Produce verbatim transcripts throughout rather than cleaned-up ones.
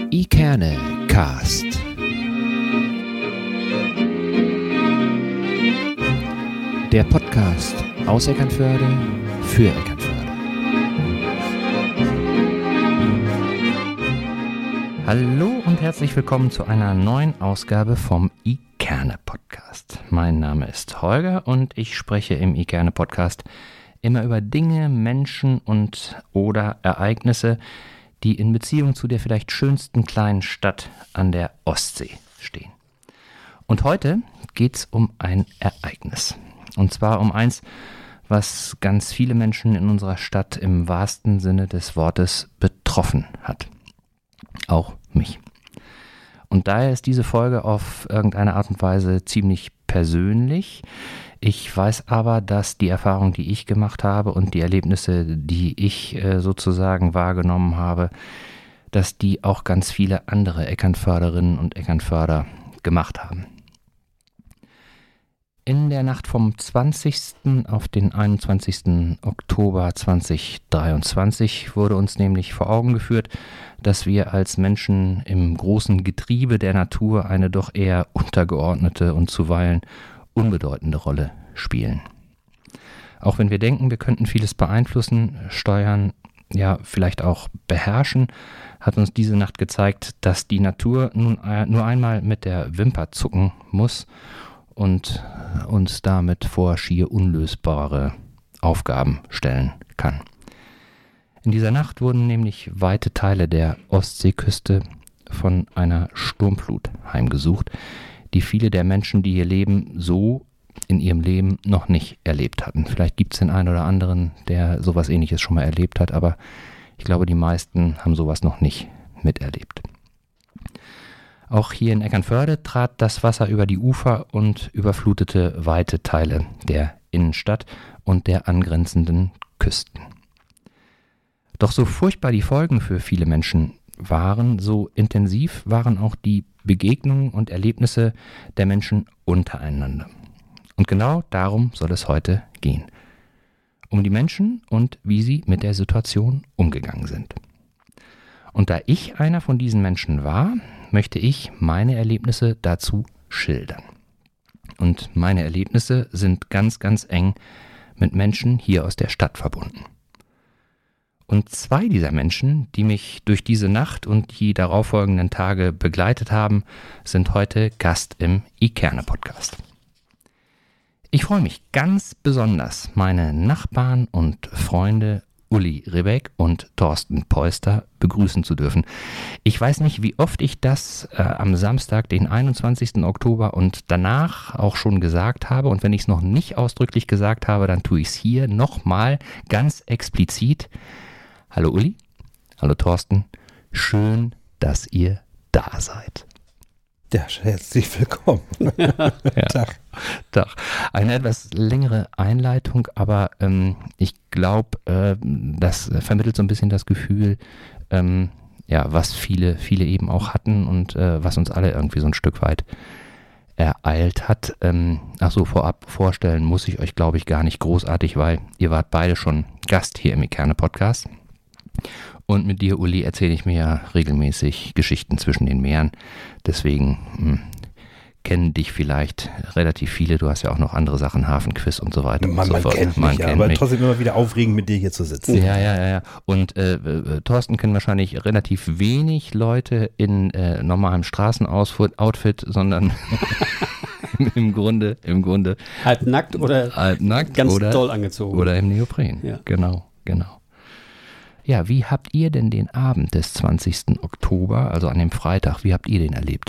Ikernecast. Der Podcast aus Eckernförde für Eckernförde. Hallo und herzlich willkommen zu einer neuen Ausgabe vom Ikerne-Podcast. Mein Name ist Holger und ich spreche im Ikerne-Podcast immer über Dinge, Menschen und oder Ereignisse, die in Beziehung zu der vielleicht schönsten kleinen Stadt an der Ostsee stehen. Und heute geht es um ein Ereignis. Und zwar um eins, was ganz viele Menschen in unserer Stadt im wahrsten Sinne des Wortes betroffen hat. Auch mich. Und daher ist diese Folge auf irgendeine Art und Weise ziemlich persönlich. Ich weiß aber, dass die Erfahrung, die ich gemacht habe und die Erlebnisse, die ich äh, sozusagen wahrgenommen habe, dass die auch ganz viele andere Eckernförderinnen und Eckernförder gemacht haben. In der Nacht vom zwanzigsten auf den einundzwanzigsten Oktober zweitausenddreiundzwanzig wurde uns nämlich vor Augen geführt, dass wir als Menschen im großen Getriebe der Natur eine doch eher untergeordnete und zuweilen unbedeutende Rolle spielen. Auch wenn wir denken, wir könnten vieles beeinflussen, steuern, ja vielleicht auch beherrschen, hat uns diese Nacht gezeigt, dass die Natur nun nur einmal mit der Wimper zucken muss und uns damit vor schier unlösbare Aufgaben stellen kann. In dieser Nacht wurden nämlich weite Teile der Ostseeküste von einer Sturmflut heimgesucht, die viele der Menschen, die hier leben, so in ihrem Leben noch nicht erlebt hatten. Vielleicht gibt es den einen oder anderen, der sowas Ähnliches schon mal erlebt hat, aber ich glaube, die meisten haben sowas noch nicht miterlebt. Auch hier in Eckernförde trat das Wasser über die Ufer und überflutete weite Teile der Innenstadt und der angrenzenden Küsten. Doch so furchtbar die Folgen für viele Menschen waren, so intensiv waren auch die Begegnungen und Erlebnisse der Menschen untereinander. Und genau darum soll es heute gehen. Um die Menschen und wie sie mit der Situation umgegangen sind. Und da ich einer von diesen Menschen war, möchte ich meine Erlebnisse dazu schildern. Und meine Erlebnisse sind ganz, ganz eng mit Menschen hier aus der Stadt verbunden. Und zwei dieser Menschen, die mich durch diese Nacht und die darauffolgenden Tage begleitet haben, sind heute Gast im Ikerne-Podcast. Ich freue mich ganz besonders, meine Nachbarn und Freunde Uli Ribbeck und Thorsten Peuster begrüßen zu dürfen. Ich weiß nicht, wie oft ich das äh, am Samstag, den einundzwanzigsten Oktober und danach auch schon gesagt habe. Und wenn ich es noch nicht ausdrücklich gesagt habe, dann tue ich es hier nochmal ganz explizit. Hallo Uli, hallo Thorsten, schön, dass ihr da seid. Ja, herzlich willkommen. Ja, Tag. Tag. Eine etwas längere Einleitung, aber ähm, ich glaube, äh, das vermittelt so ein bisschen das Gefühl, ähm, ja, was viele, viele eben auch hatten und äh, was uns alle irgendwie so ein Stück weit ereilt hat. Ähm, ach so, vorab vorstellen muss ich euch, glaube ich, gar nicht großartig, weil ihr wart beide schon Gast hier im Ikerne-Podcast. Und mit dir, Uli, erzähle ich mir ja regelmäßig Geschichten zwischen den Meeren. Deswegen mh, kennen dich vielleicht relativ viele. Du hast ja auch noch andere Sachen, Hafenquiz und so weiter. Man, und so man fort. kennt man mich, kennt aber mich. Trotzdem immer wieder aufregend, mit dir hier zu sitzen. Ja, ja, ja, ja. Und äh, äh, Thorsten kennen wahrscheinlich relativ wenig Leute in äh, normalem Straßenoutfit, sondern im Grunde, im Grunde halb nackt oder halb nackt ganz oder, doll angezogen. Oder im Neopren. Ja. Genau, genau. Ja, wie habt ihr denn den Abend des zwanzigsten Oktober, also an dem Freitag, wie habt ihr den erlebt?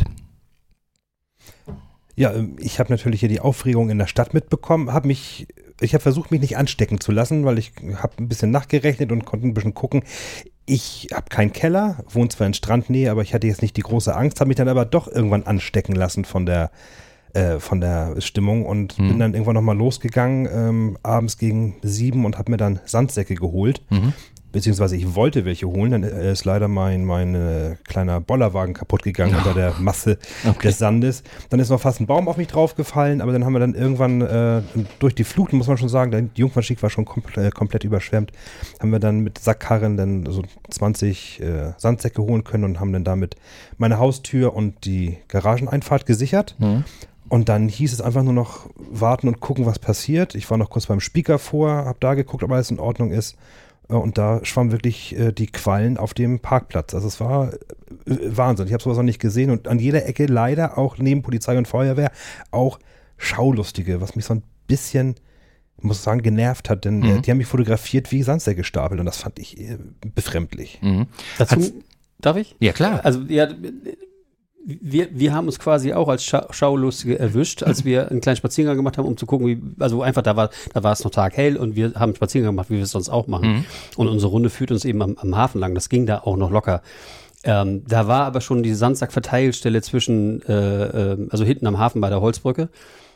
Ja, ich habe natürlich hier die Aufregung in der Stadt mitbekommen, habe mich, ich habe versucht, mich nicht anstecken zu lassen, weil ich habe ein bisschen nachgerechnet und konnte ein bisschen gucken. Ich habe keinen Keller, wohne zwar in Strandnähe, aber ich hatte jetzt nicht die große Angst, habe mich dann aber doch irgendwann anstecken lassen von der äh, von der Stimmung und mhm. bin dann irgendwann nochmal losgegangen, ähm, abends gegen sieben und habe mir dann Sandsäcke geholt. Mhm. beziehungsweise ich wollte welche holen, dann ist leider mein, mein äh, kleiner Bollerwagen kaputt gegangen oh. unter der Masse okay. des Sandes. Dann ist noch fast ein Baum auf mich draufgefallen, aber dann haben wir dann irgendwann äh, durch die Flut, muss man schon sagen, die Jungfernstieg war schon komplett, äh, komplett überschwemmt, haben wir dann mit Sackkarren dann so zwanzig äh, Sandsäcke holen können und haben dann damit meine Haustür und die Garageneinfahrt gesichert. Mhm. Und dann hieß es einfach nur noch warten und gucken, was passiert. Ich war noch kurz beim Speaker vor, habe da geguckt, ob alles in Ordnung ist. Und da schwammen wirklich äh, die Quallen auf dem Parkplatz. Also es war äh, Wahnsinn. Ich habe sowas noch nicht gesehen. Und an jeder Ecke leider auch neben Polizei und Feuerwehr auch Schaulustige, was mich so ein bisschen, ich muss sagen, genervt hat. Denn mhm. äh, die haben mich fotografiert wie Sandsäcke gestapelt. Und das fand ich äh, befremdlich. Mhm. Dazu, darf ich? Ja, klar. Also ja, Wir, wir haben uns quasi auch als Scha- Schaulustige erwischt, als wir einen kleinen Spaziergang gemacht haben, um zu gucken, wie, also einfach, da war, da war es noch taghell und wir haben einen Spaziergang gemacht, wie wir es sonst auch machen. Mhm. Und unsere Runde führt uns eben am, am Hafen lang. Das ging da auch noch locker. Ähm, da war aber schon die Sandsackverteilstelle zwischen, äh, äh, also hinten am Hafen bei der Holzbrücke.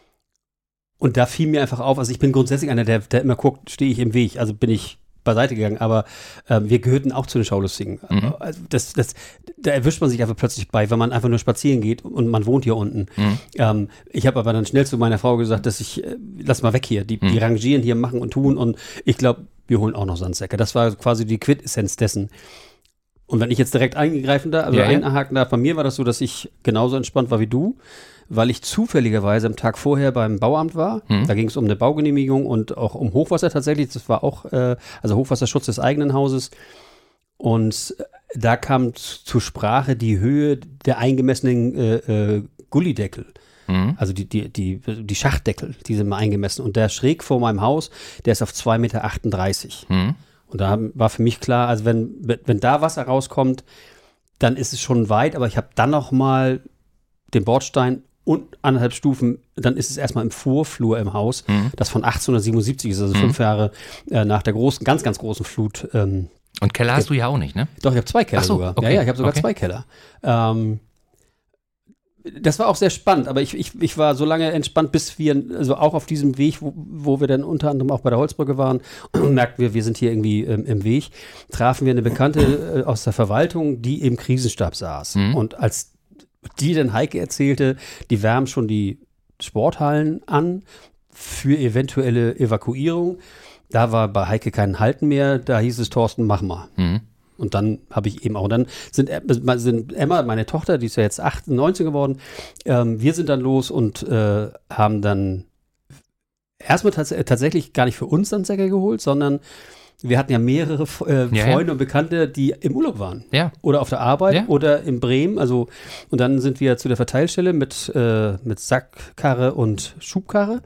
Und da fiel mir einfach auf, also ich bin grundsätzlich einer, der, der immer guckt, stehe ich im Weg, also bin ich beiseite gegangen, aber äh, wir gehörten auch zu den Schaulustigen. Mhm. Also das, das, da erwischt man sich einfach plötzlich bei, wenn man einfach nur spazieren geht und man wohnt hier unten. Mhm. Ähm, ich habe aber dann schnell zu meiner Frau gesagt, dass ich, äh, lass mal weg hier, die, mhm. die rangieren hier, machen und tun und ich glaube, wir holen auch noch Sandsäcke. Das war quasi die Quintessenz dessen. Und wenn ich jetzt direkt eingreifen darf, also ja, einhaken darf, bei mir war das so, dass ich genauso entspannt war wie du, weil ich zufälligerweise am Tag vorher beim Bauamt war. Mhm. Da ging es um eine Baugenehmigung und auch um Hochwasser tatsächlich. Das war auch, äh, also Hochwasserschutz des eigenen Hauses. Und da kam z- zur Sprache die Höhe der eingemessenen äh, äh, Gullideckel. Mhm. Also die, die, die, die Schachtdeckel, die sind mal eingemessen. Und der schräg vor meinem Haus, der ist auf zwei Komma achtunddreißig Meter. Mhm. Und da war für mich klar, also wenn, wenn da Wasser rauskommt, dann ist es schon weit. Aber ich habe dann noch mal den Bordstein und anderthalb Stufen, dann ist es erstmal im Vorflur im Haus, mhm. das von achtzehnhundertsiebenundsiebzig ist, also mhm. fünf Jahre äh, nach der großen, ganz, ganz großen Flut. Ähm, und Keller hast du ja auch nicht, ne? Doch, ich habe zwei Keller Ach so, sogar. Okay. Ja, ja, ich habe sogar okay. zwei Keller. Ähm, das war auch sehr spannend, aber ich, ich, ich war so lange entspannt, bis wir, also auch auf diesem Weg, wo, wo wir dann unter anderem auch bei der Holzbrücke waren und merkten wir, wir sind hier irgendwie ähm, im Weg, trafen wir eine Bekannte äh, aus der Verwaltung, die im Krisenstab saß. Mhm. Und als die dann Heike erzählte, die wärmen schon die Sporthallen an für eventuelle Evakuierung. Da war bei Heike kein Halten mehr, da hieß es, Thorsten, mach mal. Mhm. Und dann habe ich eben auch, dann sind, sind Emma, meine Tochter, die ist ja jetzt acht, neunzehn geworden, ähm, wir sind dann los und äh, haben dann erstmal tats- tatsächlich gar nicht für uns Sandsäcke geholt, sondern wir hatten ja mehrere äh, ja, Freunde ja. und Bekannte, die im Urlaub waren. Ja. Oder auf der Arbeit ja. oder in Bremen. Also, und dann sind wir zu der Verteilstelle mit, äh, mit Sackkarre und Schubkarre.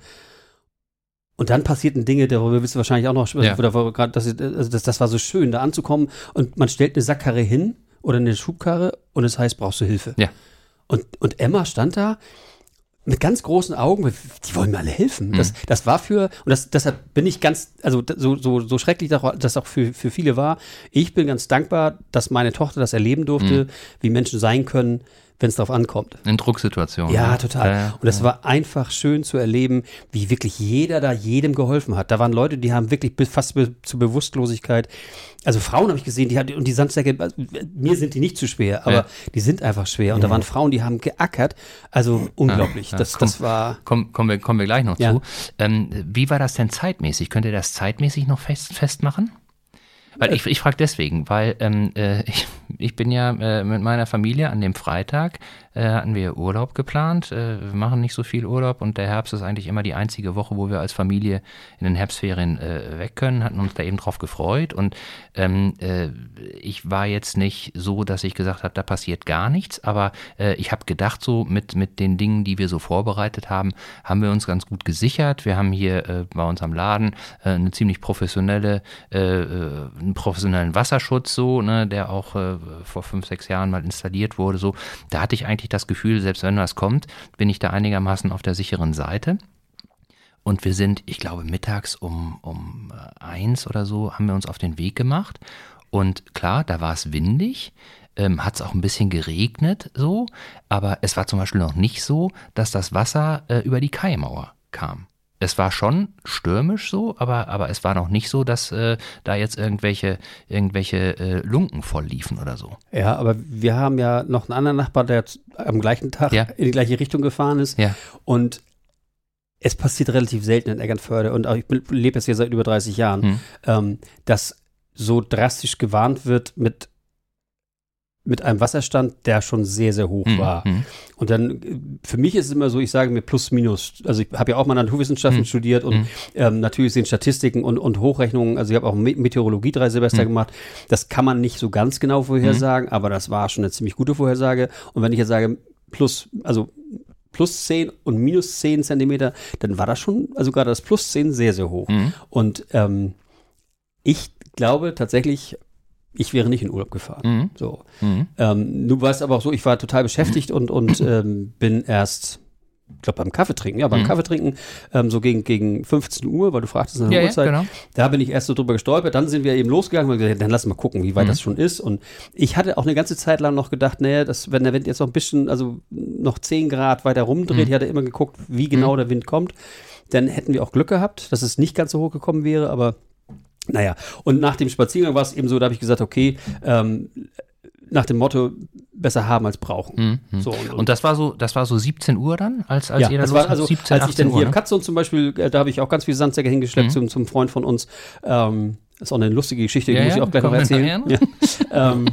Und dann passierten Dinge, darüber wirst du wahrscheinlich auch noch, ja. also das, also das, das war so schön, da anzukommen und man stellt eine Sackkarre hin oder eine Schubkarre und es heißt, brauchst du Hilfe. Ja. Und, und Emma stand da mit ganz großen Augen, die wollen mir alle helfen. Mhm. Das, das war für, und das, deshalb bin ich ganz, also so, so, so schrecklich das auch für, für viele war, ich bin ganz dankbar, dass meine Tochter das erleben durfte, mhm. wie Menschen sein können, wenn es darauf ankommt. In Drucksituationen. Ja, ne? total. Ja, und es ja. war einfach schön zu erleben, wie wirklich jeder da jedem geholfen hat. Da waren Leute, die haben wirklich fast be- zur Bewusstlosigkeit, also Frauen habe ich gesehen, die hatten, und die Sandsäcke, also, mir sind die nicht zu schwer, aber ja. die sind einfach schwer. Und ja. da waren Frauen, die haben geackert. Also unglaublich. Ja, ja. Das, Komm, das war. Komm, kommen, wir, kommen wir gleich noch ja. zu. Ähm, wie war das denn zeitmäßig? Könnt ihr das zeitmäßig noch fest, festmachen? Weil ich, ich frage deswegen, weil ähm, äh, ich, ich bin ja äh, mit meiner Familie an dem Freitag, äh, hatten wir Urlaub geplant. Äh, wir machen nicht so viel Urlaub und der Herbst ist eigentlich immer die einzige Woche, wo wir als Familie in den Herbstferien äh, weg können, hatten uns da eben drauf gefreut und ähm, äh, ich war jetzt nicht so, dass ich gesagt habe, da passiert gar nichts, aber äh, ich habe gedacht, so mit, mit den Dingen, die wir so vorbereitet haben, haben wir uns ganz gut gesichert. Wir haben hier äh, bei uns am Laden äh, eine ziemlich professionelle äh, einen professionellen Wasserschutz, so, ne, der auch äh, vor fünf, sechs Jahren mal installiert wurde. So. Da hatte ich eigentlich das Gefühl, selbst wenn was kommt, bin ich da einigermaßen auf der sicheren Seite. Und wir sind, ich glaube, mittags um, um äh, eins oder so haben wir uns auf den Weg gemacht. Und klar, da war es windig, ähm, hat es auch ein bisschen geregnet, so, aber es war zum Beispiel noch nicht so, dass das Wasser äh, über die Kaimauer kam. es war schon stürmisch so, aber, aber es war noch nicht so, dass äh, da jetzt irgendwelche, irgendwelche äh, Lunken voll liefen oder so. Ja, aber wir haben ja noch einen anderen Nachbar, der am gleichen Tag ja. in die gleiche Richtung gefahren ist. Ja. Und es passiert relativ selten in Eckernförde, und auch ich lebe jetzt hier seit über dreißig Jahren, hm. ähm, dass so drastisch gewarnt wird mit mit einem Wasserstand, der schon sehr, sehr hoch mhm. war. Und dann, für mich ist es immer so, ich sage mir plus, minus. Also ich habe ja auch mal Naturwissenschaften mhm. studiert und mhm. ähm, natürlich sind Statistiken und, und Hochrechnungen, also ich habe auch Meteorologie drei Semester mhm. gemacht. Das kann man nicht so ganz genau vorhersagen, mhm. aber das war schon eine ziemlich gute Vorhersage. Und wenn ich jetzt sage plus, also plus zehn und minus zehn Zentimeter, dann war das schon, also gerade das plus zehn sehr, sehr hoch. Mhm. Und ähm, ich glaube tatsächlich, ich wäre nicht in Urlaub gefahren. Mhm. So. Mhm. Ähm, du weißt aber auch so, ich war total beschäftigt und, und ähm, bin erst, ich glaube beim Kaffeetrinken, ja, beim mhm. Kaffeetrinken, ähm, so gegen, gegen fünfzehn Uhr, weil du fragtest nach der ja, Uhrzeit, ja, genau. Da bin ich erst so drüber gestolpert, dann sind wir eben losgegangen und gesagt, dann lass mal gucken, wie weit mhm. das schon ist. Und ich hatte auch eine ganze Zeit lang noch gedacht, naja, dass, wenn der Wind jetzt noch ein bisschen, also noch zehn Grad weiter rumdreht, mhm. ich hatte immer geguckt, wie genau mhm. der Wind kommt, dann hätten wir auch Glück gehabt, dass es nicht ganz so hoch gekommen wäre, aber naja, und nach dem Spaziergang war es eben so, da habe ich gesagt, okay, ähm, nach dem Motto, besser haben als brauchen. Mhm. So, und, und das war so, das war so siebzehn Uhr dann, als, als ja, jeder das los war also, siebzehn, als ich dann Uhr, hier ne? im Katzon zum Beispiel, äh, da habe ich auch ganz viele Sandsäcke hingeschleppt mhm. zum, zum Freund von uns. Ähm, das ist auch eine lustige Geschichte, die ja, muss ich auch gleich noch erzählen. Ja. ähm,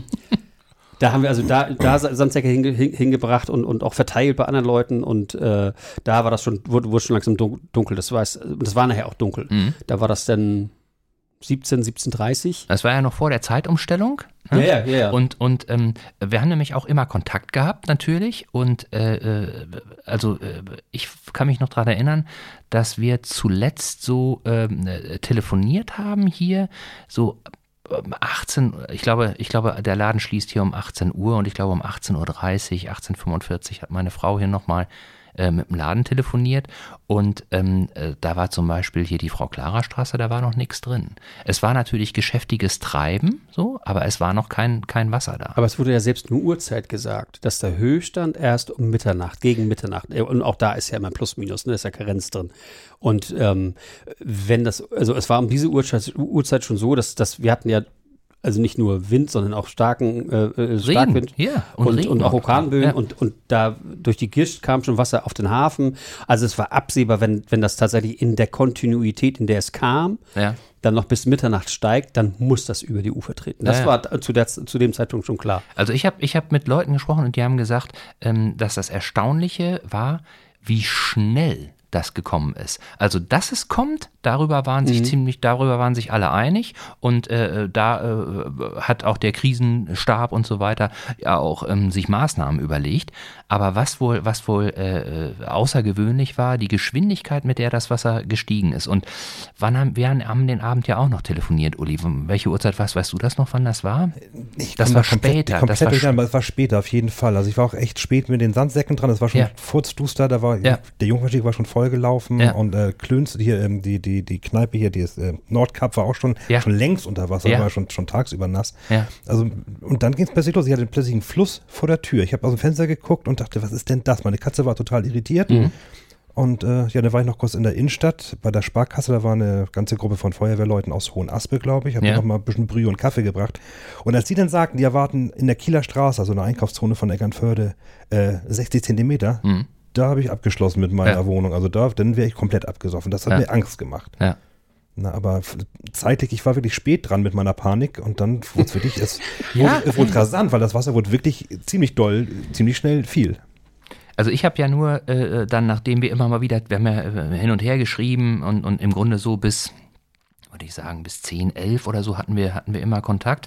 Da haben wir also da, da Sandsäcke hinge, hingebracht und, und auch verteilt bei anderen Leuten, und äh, da war das schon, wurde, wurde schon langsam dunkel. Das war, das war nachher auch dunkel. Mhm. Da war das dann siebzehn, siebzehn Uhr dreißig. Das war ja noch vor der Zeitumstellung. Ne? Ja, ja, ja. Und, und ähm, wir haben nämlich auch immer Kontakt gehabt, natürlich. Und äh, also äh, ich kann mich noch daran erinnern, dass wir zuletzt so äh, telefoniert haben hier, so achtzehn, ich glaube, ich glaube, der Laden schließt hier um achtzehn Uhr und ich glaube um achtzehn Uhr dreißig, achtzehn Uhr fünfundvierzig hat meine Frau hier nochmal äh, mit dem Laden telefoniert, und ähm, äh, da war zum Beispiel hier die Frau-Clara-Straße, da war noch nichts drin. Es war natürlich geschäftiges Treiben, so, aber es war noch kein, kein Wasser da. Aber es wurde ja selbst nur Uhrzeit gesagt, dass der Höchststand erst um Mitternacht, gegen Mitternacht, und auch da ist ja immer Plus, Minus, ne, ist ja Karenz drin. Und ähm, wenn das, also es war um diese Uhrzeit, Uhrzeit schon so, dass, dass wir hatten ja also nicht nur Wind, sondern auch starken äh, Starkwind ja, und, und, und auch Orkanböen ja. und, und da durch die Gischt kam schon Wasser auf den Hafen. Also es war absehbar, wenn, wenn das tatsächlich in der Kontinuität, in der es kam, ja. dann noch bis Mitternacht steigt, dann muss das über die Ufer treten. Das ja, ja. war zu, der, zu dem Zeitpunkt schon klar. Also ich habe ich hab mit Leuten gesprochen und die haben gesagt, ähm, dass das Erstaunliche war, wie schnell das gekommen ist. Also, dass es kommt, darüber waren sich mhm. ziemlich, darüber waren sich alle einig, und äh, da äh, hat auch der Krisenstab und so weiter ja auch ähm, sich Maßnahmen überlegt. Aber was wohl, was wohl äh, außergewöhnlich war, die Geschwindigkeit, mit der das Wasser gestiegen ist. Und wann haben wir haben den Abend ja auch noch telefoniert, Uli? Welche Uhrzeit was? Weißt du das noch, wann das war? Ich das war später. Komplett das war, sp- das war später, auf jeden Fall. Also ich war auch echt spät mit den Sandsäcken dran. Das war schon ja. furzduster. Da war ja. der Jungfernstieg war schon voll gelaufen ja. und äh, Klöns, hier ähm, die, die, die Kneipe hier, die ist, äh, Nordkap war auch schon, ja. schon längst unter Wasser, ja. war schon, schon tagsüber nass. Ja. Also, und dann ging es plötzlich los. Ich hatte plötzlich einen Fluss vor der Tür. Ich habe aus dem Fenster geguckt und dachte, was ist denn das? Meine Katze war total irritiert. Mhm. Und äh, ja, dann war ich noch kurz in der Innenstadt bei der Sparkasse. Da war eine ganze Gruppe von Feuerwehrleuten aus Hohenaspe, glaube ich. Habe ja. noch mal ein bisschen Brühe und Kaffee gebracht. Und als die dann sagten, die erwarten in der Kieler Straße, also eine Einkaufszone von Eckernförde, äh, sechzig Zentimeter, mhm. da habe ich abgeschlossen mit meiner ja. Wohnung. Also da, dann wäre ich komplett abgesoffen. Das hat ja. mir Angst gemacht. Ja. Na, aber zeitlich, ich war wirklich spät dran mit meiner Panik, und dann wurde es wirklich, es ja. wurde, es wurde rasant, weil das Wasser wurde wirklich ziemlich doll, ziemlich schnell viel. Also ich habe ja nur äh, dann, nachdem wir immer mal wieder, wir haben ja äh, hin und her geschrieben und, und im Grunde so bis, würde ich sagen, bis zehn, elf oder so hatten wir, hatten wir immer Kontakt.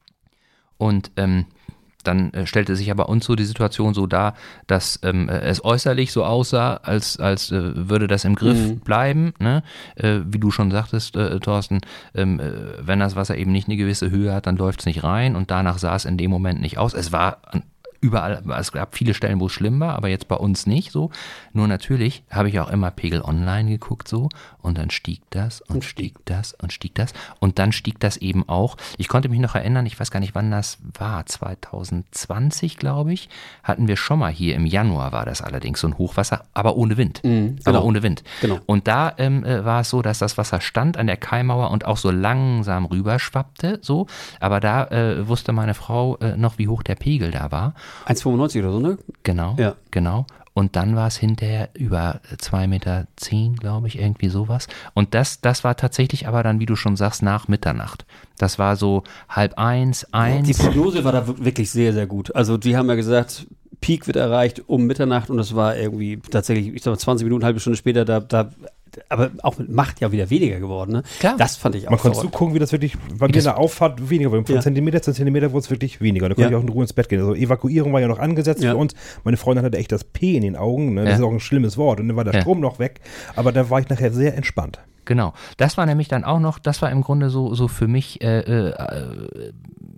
Und ähm, dann äh, stellte sich aber uns so die Situation so dar, dass ähm, es äußerlich so aussah, als, als äh, würde das im Griff mhm. bleiben. Ne? Äh, wie du schon sagtest, äh, Thorsten, ähm, äh, wenn das Wasser eben nicht eine gewisse Höhe hat, dann läuft es nicht rein, und danach sah es in dem Moment nicht aus. Es war überall, es gab viele Stellen, wo es schlimm war, aber jetzt bei uns nicht so. Nur natürlich habe ich auch immer Pegel Online geguckt so und dann stieg das und, und stieg das und stieg das und dann stieg das eben auch. Ich konnte mich noch erinnern, ich weiß gar nicht, wann das war, zwanzig zwanzig, glaube ich, hatten wir schon mal hier, im Januar war das allerdings so ein Hochwasser, aber ohne Wind. Mhm, genau. Aber ohne Wind. Genau. Und da ähm, war es so, dass das Wasser stand an der Kaimauer und auch so langsam rüberschwappte, so. Aber da äh, wusste meine Frau äh, noch, wie hoch der Pegel da war. eins Komma fünfundneunzig oder so, ne? Genau, ja. genau. Und dann war es hinterher über zwei Meter zehn, glaube ich, irgendwie sowas. Und das, das war tatsächlich aber dann, wie du schon sagst, nach Mitternacht. Das war so halb eins, eins. Die Prognose war da wirklich sehr, sehr gut. Also die haben ja gesagt, Peak wird erreicht um Mitternacht und das war irgendwie tatsächlich, ich sag mal, zwanzig Minuten, halbe Stunde später, da, da aber auch mit Macht ja wieder weniger geworden. Ne? Klar. Das fand ich auch Man konnte zugucken, wie das wirklich, bei mir in der Auffahrt weniger wurde. Von ja. Zentimeter zu Zentimeter wurde es wirklich weniger. Da konnte ja. ich auch in Ruhe ins Bett gehen. Also Evakuierung war ja noch angesetzt ja. für uns. Meine Freundin hatte echt das P in den Augen. Ne? Das ja. ist auch ein schlimmes Wort. Und dann war der ja. Strom noch weg. Aber da war ich nachher sehr entspannt. Genau. Das war nämlich dann auch noch, das war im Grunde so, so für mich, äh, äh,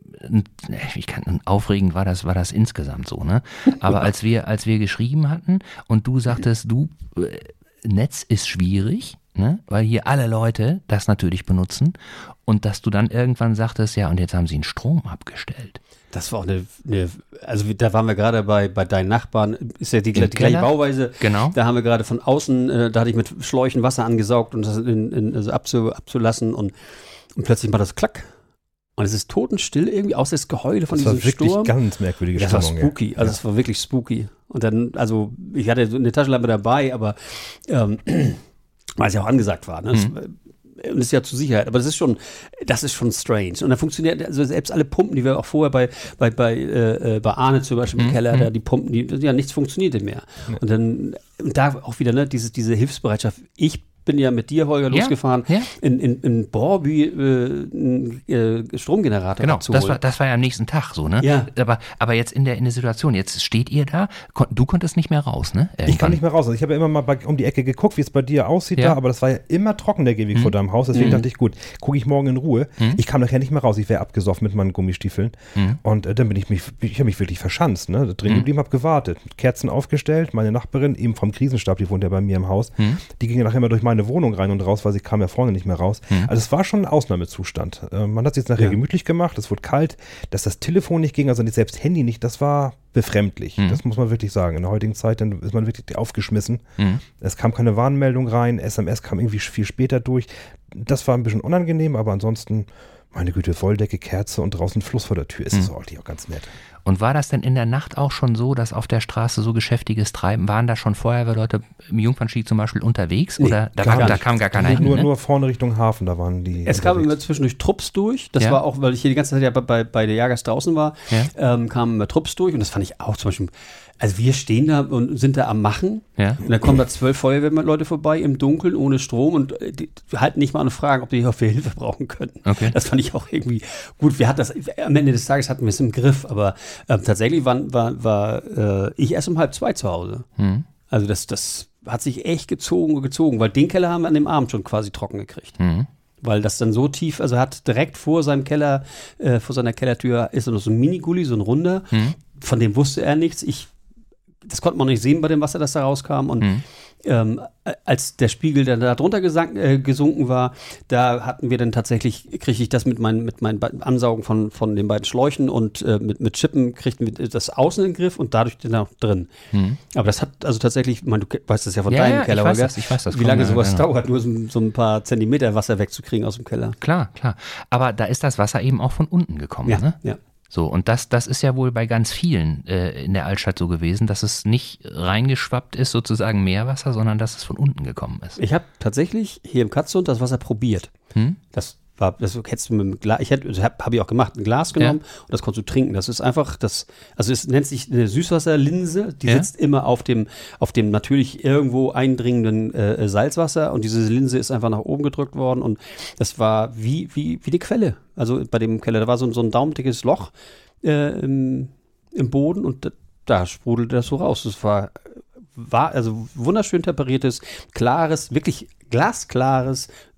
ich kann, aufregend war das, war das insgesamt so, ne? Aber als wir, als wir geschrieben hatten und du sagtest, du, äh, Netz ist schwierig, ne? Weil hier alle Leute das natürlich benutzen und dass du dann irgendwann sagtest, ja, und jetzt haben sie den Strom abgestellt. Das war auch eine, eine also da waren wir gerade bei, bei deinen Nachbarn, ist ja die, die gleiche Bauweise. Genau. Da haben wir gerade von außen, äh, da hatte ich mit Schläuchen Wasser angesaugt und das in, in, also abzu, abzulassen und, und plötzlich macht das Klack. Und es ist totenstill irgendwie, außer das Geheule von das diesem Sturm. Das war wirklich ganz merkwürdige das Stimmung. Das war spooky, ja. also es ja. war wirklich spooky. Und dann, also ich hatte so eine Taschenlampe dabei, aber ähm, weil es ja auch angesagt war, ne? Mhm. Das, und das ist ja zur Sicherheit, aber das ist schon, das ist schon strange. Und dann funktioniert, also selbst alle Pumpen, die wir auch vorher bei, bei, bei, äh, bei Arne zum Beispiel im mhm. Keller, da die Pumpen, die, ja, nichts funktionierte mehr. Ja. Und dann, und da auch wieder, ne, dieses, diese Hilfsbereitschaft. Ich bin ja mit dir, Holger, losgefahren, ja, ja. in, in, in Borby äh, einen äh, Stromgenerator genau, abzuholen. Das war, das war ja am nächsten Tag so, ne? Ja. Aber, aber jetzt in der, in der Situation, jetzt steht ihr da, kon, du konntest nicht mehr raus, ne? Irgendwann. Ich kann nicht mehr raus. Also ich habe ja immer mal bei, um die Ecke geguckt, wie es bei dir aussieht ja. da, aber das war ja immer trocken, der Gehweg mhm. vor deinem Haus. Deswegen mhm. dachte ich, gut, gucke ich morgen in Ruhe. Mhm. Ich kam nachher nicht mehr raus. Ich wäre abgesoffen mit meinen Gummistiefeln. Mhm. Und äh, dann bin ich mich, ich habe mich wirklich verschanzt, ne? Drin mhm. geblieben, habe gewartet. Kerzen aufgestellt, meine Nachbarin, eben vom Krisenstab, die wohnt ja bei mir im Haus, mhm. die ging ja nachher immer durch meine Wohnung rein und raus, weil sie kam ja vorne nicht mehr raus. Mhm. Also es war schon ein Ausnahmezustand. Äh, man hat es jetzt nachher ja. gemütlich gemacht, es wurde kalt, dass das Telefon nicht ging, also nicht selbst Handy nicht, das war befremdlich. Mhm. Das muss man wirklich sagen. In der heutigen Zeit, dann ist man wirklich aufgeschmissen. Mhm. Es kam keine Warnmeldung rein, S M S kam irgendwie viel später durch. Das war ein bisschen unangenehm, aber ansonsten, meine Güte, Wolldecke, Kerze und draußen Fluss vor der Tür. Ist das mhm. eigentlich auch ganz nett. Und war das denn in der Nacht auch schon so, dass auf der Straße so geschäftiges Treiben, waren da schon Feuerwehrleute im Jungfernstieg zum Beispiel unterwegs? Nee, oder da, war, da kam gar keiner hin? Nur, ne? nur vorne Richtung Hafen, da waren die. Es kamen immer zwischendurch Trupps durch. Das ja. war auch, weil ich hier die ganze Zeit ja bei, bei der Jagerst draußen war, ja. ähm, kamen immer Trupps durch. Und das fand ich auch zum Beispiel, also wir stehen da und sind da am Machen. Ja. Und dann kommen da zwölf Feuerwehrleute vorbei im Dunkeln, ohne Strom und die halten nicht mal an Fragen, ob die hier Hilfe brauchen können. Okay. Das fand ich auch irgendwie gut. Wir hatten das, am Ende des Tages hatten wir es im Griff, aber ähm, tatsächlich war, war, war äh, ich erst um halb zwei zu Hause. Mhm. Also das, das hat sich echt gezogen und gezogen, weil den Keller haben wir an dem Abend schon quasi trocken gekriegt. Mhm. Weil das dann so tief, also hat direkt vor seinem Keller, äh, vor seiner Kellertür ist noch so ein Mini-Gully, so ein runder, mhm. von dem wusste er nichts. Ich Das konnte man nicht sehen bei dem Wasser, das da rauskam. Und mhm. ähm, als der Spiegel dann da drunter gesank, äh, gesunken war, da hatten wir dann tatsächlich, kriegte ich das mit meinen, mit meinen Ansaugen von, von den beiden Schläuchen und äh, mit, mit Chippen kriegten wir das außen in den Griff und dadurch dann auch drin. Mhm. Aber das hat also tatsächlich, ich meine, du weißt das ja von ja, deinem ja, Keller, ich weiß Holger, das, ich weiß das. wie lange komm, sowas ja, dauert, nur so, so ein paar Zentimeter Wasser wegzukriegen aus dem Keller. Klar, klar. Aber da ist das Wasser eben auch von unten gekommen, ja, ne? Ja. So, und das, das ist ja wohl bei ganz vielen äh, in der Altstadt so gewesen, dass es nicht reingeschwappt ist, sozusagen Meerwasser, sondern dass es von unten gekommen ist. Ich habe tatsächlich hier im Katzhund das Wasser probiert. Hm? Das war, das hättest du mit dem Glas, ich hätte, also habe hab ich auch gemacht, ein Glas genommen ja. und das konntest du trinken. Das ist einfach, das, also es nennt sich eine Süßwasserlinse, die ja. sitzt immer auf dem, auf dem natürlich irgendwo eindringenden äh, Salzwasser und diese Linse ist einfach nach oben gedrückt worden und das war wie, wie, wie die Quelle. Also bei dem Keller, da war so, so ein daumendickes Loch äh, im, im Boden und da, da sprudelte das so raus. Das war, war also wunderschön temperiertes, klares, wirklich glasklares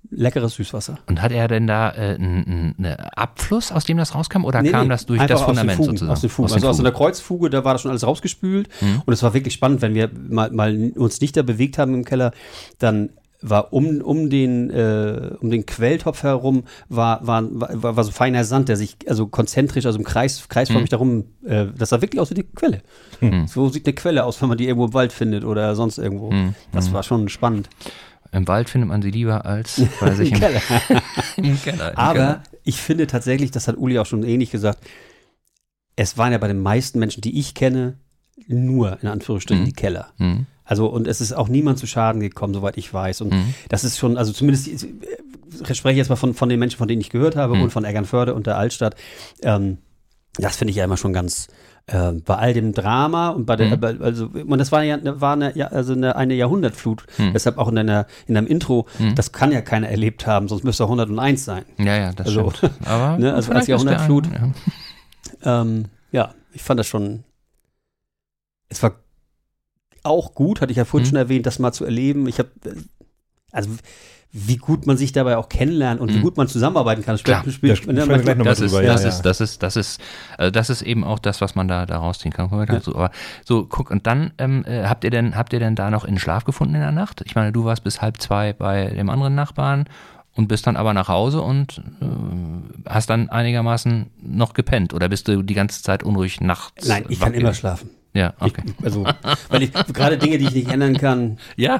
leckeres Süßwasser. Und hat er denn da äh, einen Abfluss, aus dem das rauskam, oder Nee, kam nee, das durch einfach das aus den Fundament Fugen, sozusagen? Aus den Fugen. Aus den also aus Fugen. einer Kreuzfuge, da war das schon alles rausgespült. Mhm. Und es war wirklich spannend, wenn wir mal, mal uns dichter bewegt haben im Keller, dann war um, um, den, äh, um den Quelltopf herum war, war, war, war so feiner Sand, der sich also konzentrisch, also im Kreis, kreisförmig Mhm. darum, äh, das sah wirklich aus wie die Quelle. Mhm. So sieht eine Quelle aus, wenn man die irgendwo im Wald findet oder sonst irgendwo. Mhm. Das war schon spannend. Im Wald findet man sie lieber als bei sich im Keller. im Keller. Im Aber Keller. ich finde tatsächlich, das hat Uli auch schon ähnlich gesagt, es waren ja bei den meisten Menschen, die ich kenne, nur in Anführungsstrichen Mhm. die Keller. Mhm. Also und es ist auch niemand zu Schaden gekommen, soweit ich weiß. Und Mhm. das ist schon, also zumindest, ich spreche jetzt mal von, von den Menschen, von denen ich gehört habe Mhm. und von Eckernförde und der Altstadt. Ähm, das finde ich ja immer schon ganz, äh, bei all dem Drama und bei der, Mhm. bei, also, und das war ja, war eine, ja, also eine, eine Jahrhundertflut. Mhm. Deshalb auch in einer, in einem Intro, Mhm. das kann ja keiner erlebt haben, sonst müsste er hunderteins sein. Ja, ja, das Also, stimmt. Aber ne, also vielleicht als ist der Jahrhundertflut. eine, ja. Ähm, ja, ich fand das schon, es war auch gut, hatte ich ja vorhin Mhm. schon erwähnt, das mal zu erleben. Ich habe, also wie gut man sich dabei auch kennenlernt und Mhm. wie gut man zusammenarbeiten kann. Das Klar, spielt, spielt, da sprechen wir ne, gleich noch Das mal ist, drüber, das, ja, ist, ja. das ist, das ist, also das ist eben auch das, was man da, da rausziehen kann. Kommen wir dazu. Aber so, guck, und dann ähm, äh, habt ihr denn, habt ihr denn da noch in Schlaf gefunden in der Nacht? Ich meine, du warst bis halb zwei bei dem anderen Nachbarn und bist dann aber nach Hause und äh, hast dann einigermaßen noch gepennt oder bist du die ganze Zeit unruhig nachts? Nein, ich wach kann immer gewesen? schlafen. Ja, okay. Ich, also, weil ich gerade Dinge, die ich nicht ändern kann. Ja,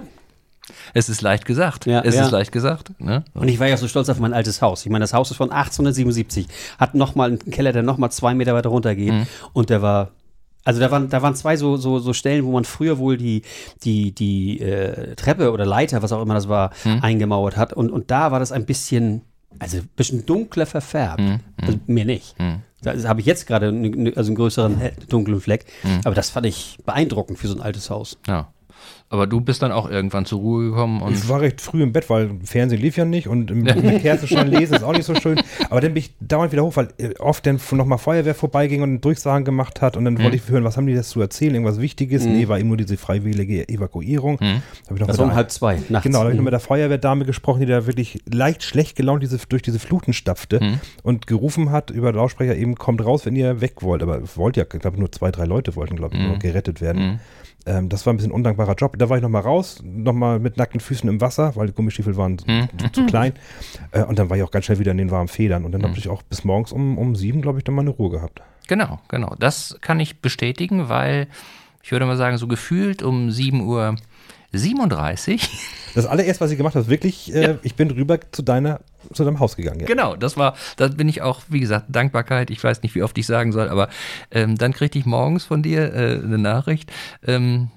es ist leicht gesagt. Ja, es ja. ist leicht gesagt. Ne? Und ich war ja so stolz auf mein altes Haus. Ich meine, das Haus ist von achtzehnhundertsiebenundsiebzig, hat nochmal einen Keller, der nochmal zwei Meter weiter runter geht. Mhm. Und der war, also da waren, da waren zwei so, so, so Stellen, wo man früher wohl die, die, die äh, Treppe oder Leiter, was auch immer das war, Mhm. eingemauert hat. Und, und da war das ein bisschen, also ein bisschen dunkler verfärbt. Mhm. Also mir nicht. Mhm. Da habe ich jetzt gerade ne, ne, also einen größeren hell- dunklen Fleck. Mhm. Aber das fand ich beeindruckend für so ein altes Haus. Ja. Aber du bist dann auch irgendwann zur Ruhe gekommen und Ich war recht früh im Bett, weil Fernsehen lief ja nicht und im mit Kerzenschein lesen ist auch nicht so schön. Aber dann bin ich dauernd wieder hoch, weil äh, oft dann nochmal Feuerwehr vorbeiging und Durchsagen gemacht hat und dann Mhm. wollte ich hören, was haben die das zu erzählen, irgendwas Wichtiges? Mhm. Nee, war eben nur diese freiwillige Evakuierung. Mhm. Da hab ich noch Das mit war um der- halb zwei nachts. Genau, da habe ich noch Mhm. mit der Feuerwehrdame gesprochen, die da wirklich leicht schlecht gelaunt diese, durch diese Fluten stapfte Mhm. und gerufen hat über Lautsprecher eben, kommt raus, wenn ihr weg wollt. Aber wollt ja, ich glaube nur zwei, drei Leute wollten, glaube ich, Mhm. nur gerettet werden. Mhm. Ähm, das war ein bisschen ein undankbarer Job. Da war ich nochmal raus, nochmal mit nackten Füßen im Wasser, weil die Gummistiefel waren Mhm. zu, zu klein. Äh, und dann war ich auch ganz schnell wieder in den warmen Federn. Und dann Mhm. habe ich auch bis morgens um, um sieben, glaube ich, dann mal eine Ruhe gehabt. Genau, genau. Das kann ich bestätigen, weil ich würde mal sagen, so gefühlt um sieben Uhr siebenunddreißig. Das allererste, was ich gemacht habe, wirklich, äh, Ja. ich bin rüber zu deiner, zu deinem Haus gegangen. Ja. Genau, das war, da bin ich auch, wie gesagt, Dankbarkeit, ich weiß nicht, wie oft ich sagen soll, aber ähm, dann kriegte ich morgens von dir äh, eine Nachricht. Ähm,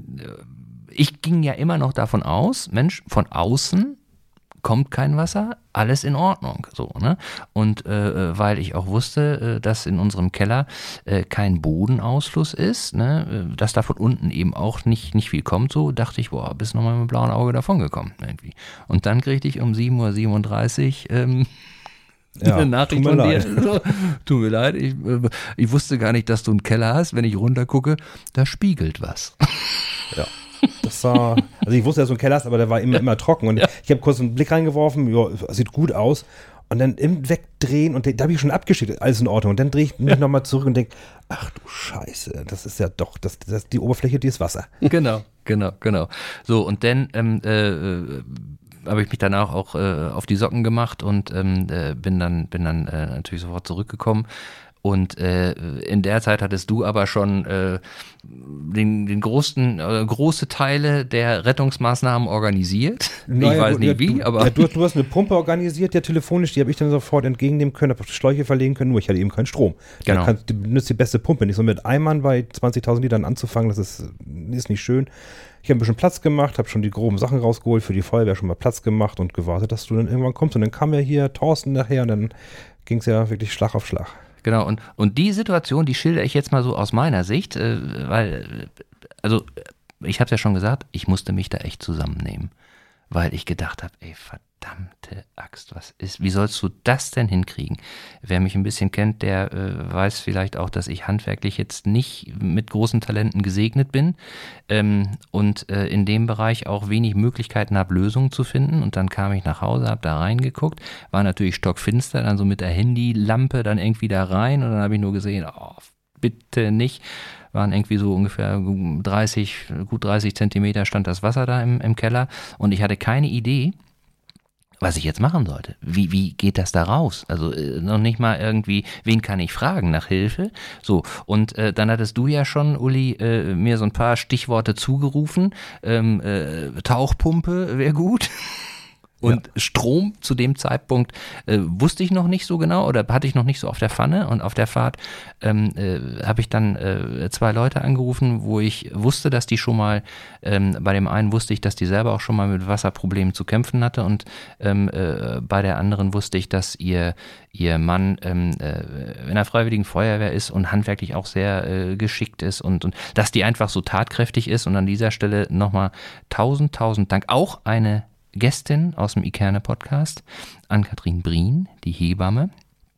ich ging ja immer noch davon aus, Mensch, von außen kommt kein Wasser, alles in Ordnung, so, ne? Und äh, weil ich auch wusste, äh, dass in unserem Keller äh, kein Bodenausfluss ist, ne? Dass da von unten eben auch nicht, nicht viel kommt, so dachte ich, boah, bist nochmal mit dem blauen Auge davongekommen, irgendwie. Und dann kriegte ich um sieben Uhr siebenunddreißig ähm, Ja, eine Nachricht tut mir von dir. leid. So, tut mir leid, ich, äh, ich wusste gar nicht, dass du einen Keller hast. Wenn ich runtergucke, da spiegelt was. Ja. Das war, also ich wusste, dass du einen Keller hast, aber der war immer, immer trocken. Und Ja. ich habe kurz einen Blick reingeworfen, ja, sieht gut aus. Und dann im Wegdrehen, und da habe ich schon abgeschickt, alles in Ordnung. Und dann drehe ich mich nochmal zurück und denke, ach du Scheiße, das ist ja doch, das, das, die Oberfläche, die ist Wasser. Genau, genau, genau. So, und dann ähm, äh, äh, habe ich mich danach auch äh, auf die Socken gemacht und ähm, äh, bin dann, bin dann äh, natürlich sofort zurückgekommen. Und äh, in der Zeit hattest du aber schon äh, den, den großen, äh, große Teile der Rettungsmaßnahmen organisiert. ich Naja, weiß du, nicht ja, wie, du, aber. Ja, du, du hast eine Pumpe organisiert, ja telefonisch, die habe ich dann sofort entgegennehmen können, habe Schläuche verlegen können, nur ich hatte eben keinen Strom. Genau. Da kannst, du benutzt die beste Pumpe, nicht so mit Eimern bei zwanzigtausend Litern anzufangen, das ist, ist nicht schön. Ich habe ein bisschen Platz gemacht, habe schon die groben Sachen rausgeholt, für die Feuerwehr schon mal Platz gemacht und gewartet, dass du dann irgendwann kommst. Und dann kam ja hier Thorsten nachher und dann ging es ja wirklich Schlag auf Schlag. Genau, und, und die Situation, die schildere ich jetzt mal so aus meiner Sicht, äh, weil, also ich habe es ja schon gesagt, ich musste mich da echt zusammennehmen, weil ich gedacht habe, ey, verdammt verdammte Axt, was ist, wie sollst du das denn hinkriegen? Wer mich ein bisschen kennt, der äh, weiß vielleicht auch, dass ich handwerklich jetzt nicht mit großen Talenten gesegnet bin ähm, und äh, in dem Bereich auch wenig Möglichkeiten habe, Lösungen zu finden. Und dann kam ich nach Hause, habe da reingeguckt, war natürlich stockfinster, dann so mit der Handylampe dann irgendwie da rein und dann habe ich nur gesehen, oh, bitte nicht. Waren irgendwie so ungefähr dreißig, gut dreißig Zentimeter stand das Wasser da im, im Keller und ich hatte keine Idee, was ich jetzt machen sollte. Wie, wie geht das da raus? Also äh, noch nicht mal irgendwie, wen kann ich fragen nach Hilfe? So, und äh, dann hattest du ja schon, Uli, äh, mir so ein paar Stichworte zugerufen. Ähm, äh, Tauchpumpe wäre gut. Und ja. Strom zu dem Zeitpunkt äh, wusste ich noch nicht so genau oder hatte ich noch nicht so auf der Pfanne. Und auf der Fahrt ähm, äh, habe ich dann äh, zwei Leute angerufen, wo ich wusste, dass die schon mal, ähm, bei dem einen wusste ich, dass die selber auch schon mal mit Wasserproblemen zu kämpfen hatte und ähm, äh, bei der anderen wusste ich, dass ihr, ihr Mann ähm, äh, in der Freiwilligen Feuerwehr ist und handwerklich auch sehr äh, geschickt ist und, und dass die einfach so tatkräftig ist. Und an dieser Stelle nochmal tausend, tausend Dank. Auch eine Gästin aus dem Ikerne-Podcast, Ann-Kathrin Brien, die Hebamme.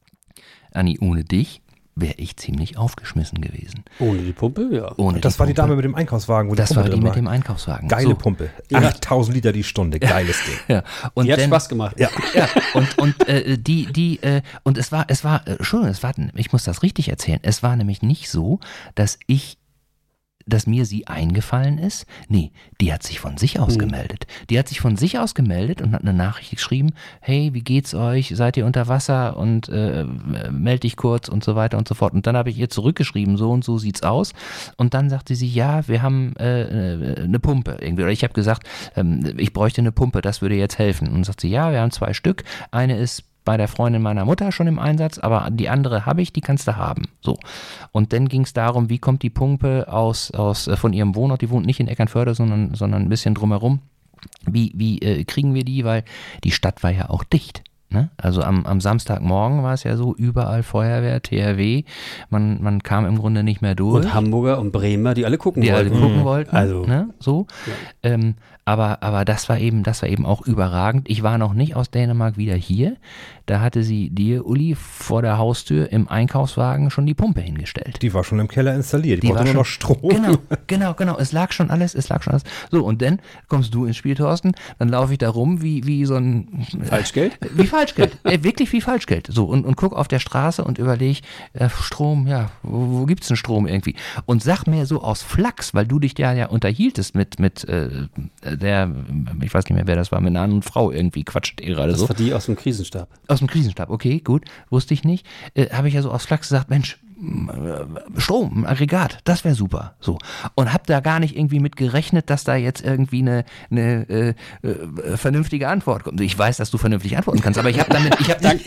Anni, ohne dich wäre ich ziemlich aufgeschmissen gewesen. Ohne die Pumpe, ja. Ohne das die war Pumpe. Die Dame mit dem Einkaufswagen, wo das die Pumpe war die drin mit dem Einkaufswagen. Geile so. Pumpe. achttausend Liter die Stunde, geiles Ding. Ja. Und die hat dann, Spaß gemacht. Ja, ja. Und, und äh, die, die, äh, und es war, es war, äh, schon, es war, ich muss das richtig erzählen, es war nämlich nicht so, dass ich dass mir sie eingefallen ist. Nee, die hat sich von sich aus mhm. gemeldet. Die hat sich von sich aus gemeldet und hat eine Nachricht geschrieben, hey, wie geht's euch? Seid ihr unter Wasser? Und äh, melde dich kurz und so weiter und so fort. Und dann habe ich ihr zurückgeschrieben, so und so sieht's aus. Und dann sagte sie, ja, wir haben äh, eine Pumpe irgendwie. Oder ich habe gesagt, ähm, ich bräuchte eine Pumpe, das würde jetzt helfen. Und dann sagt sie, ja, wir haben zwei Stück. Eine ist bei der Freundin meiner Mutter schon im Einsatz, aber die andere habe ich, die kannst du haben. So. Und dann ging es darum, wie kommt die Pumpe aus, aus, von ihrem Wohnort, die wohnt nicht in Eckernförde, sondern, sondern ein bisschen drumherum. Wie, wie äh, kriegen wir die, weil die Stadt war ja auch dicht. Ne? Also am, am Samstagmorgen war es ja so, überall Feuerwehr, T H W, man, man kam im Grunde nicht mehr durch. Und Hamburger und Bremer, die alle gucken die wollten. Die alle gucken mhm. wollten, also. Ne? So. Ja. Ähm, aber, aber das war eben, das war eben auch überragend. Ich war noch nicht aus Dänemark wieder hier. Da hatte sie dir, Uli, vor der Haustür im Einkaufswagen schon die Pumpe hingestellt. Die war schon im Keller installiert. Die, die brauchte nur noch Strom. Genau, genau, genau. Es lag schon alles, es lag schon alles. So, und dann kommst du ins Spiel, Thorsten. Dann laufe ich da rum wie, wie so ein... Falschgeld? Äh, wie Falschgeld. äh, wirklich wie Falschgeld. So, und, und guck auf der Straße und überlege, äh, Strom, ja, wo, wo gibt's denn Strom irgendwie? Und sag mir so aus Flachs, weil du dich da ja unterhieltest mit, mit äh, der, ich weiß nicht mehr, wer das war, mit einer anderen Frau irgendwie, quatscht ihr gerade so. Das war die aus dem Krisenstab. Aus dem Krisenstab, okay, gut, wusste ich nicht. Äh, habe ich ja so aus Flachs gesagt, Mensch, Strom, ein Aggregat, das wäre super. So. Und hab da gar nicht irgendwie mit gerechnet, dass da jetzt irgendwie eine, eine äh, äh, vernünftige Antwort kommt. Ich weiß, dass du vernünftig antworten kannst, aber ich habe damit, ich habe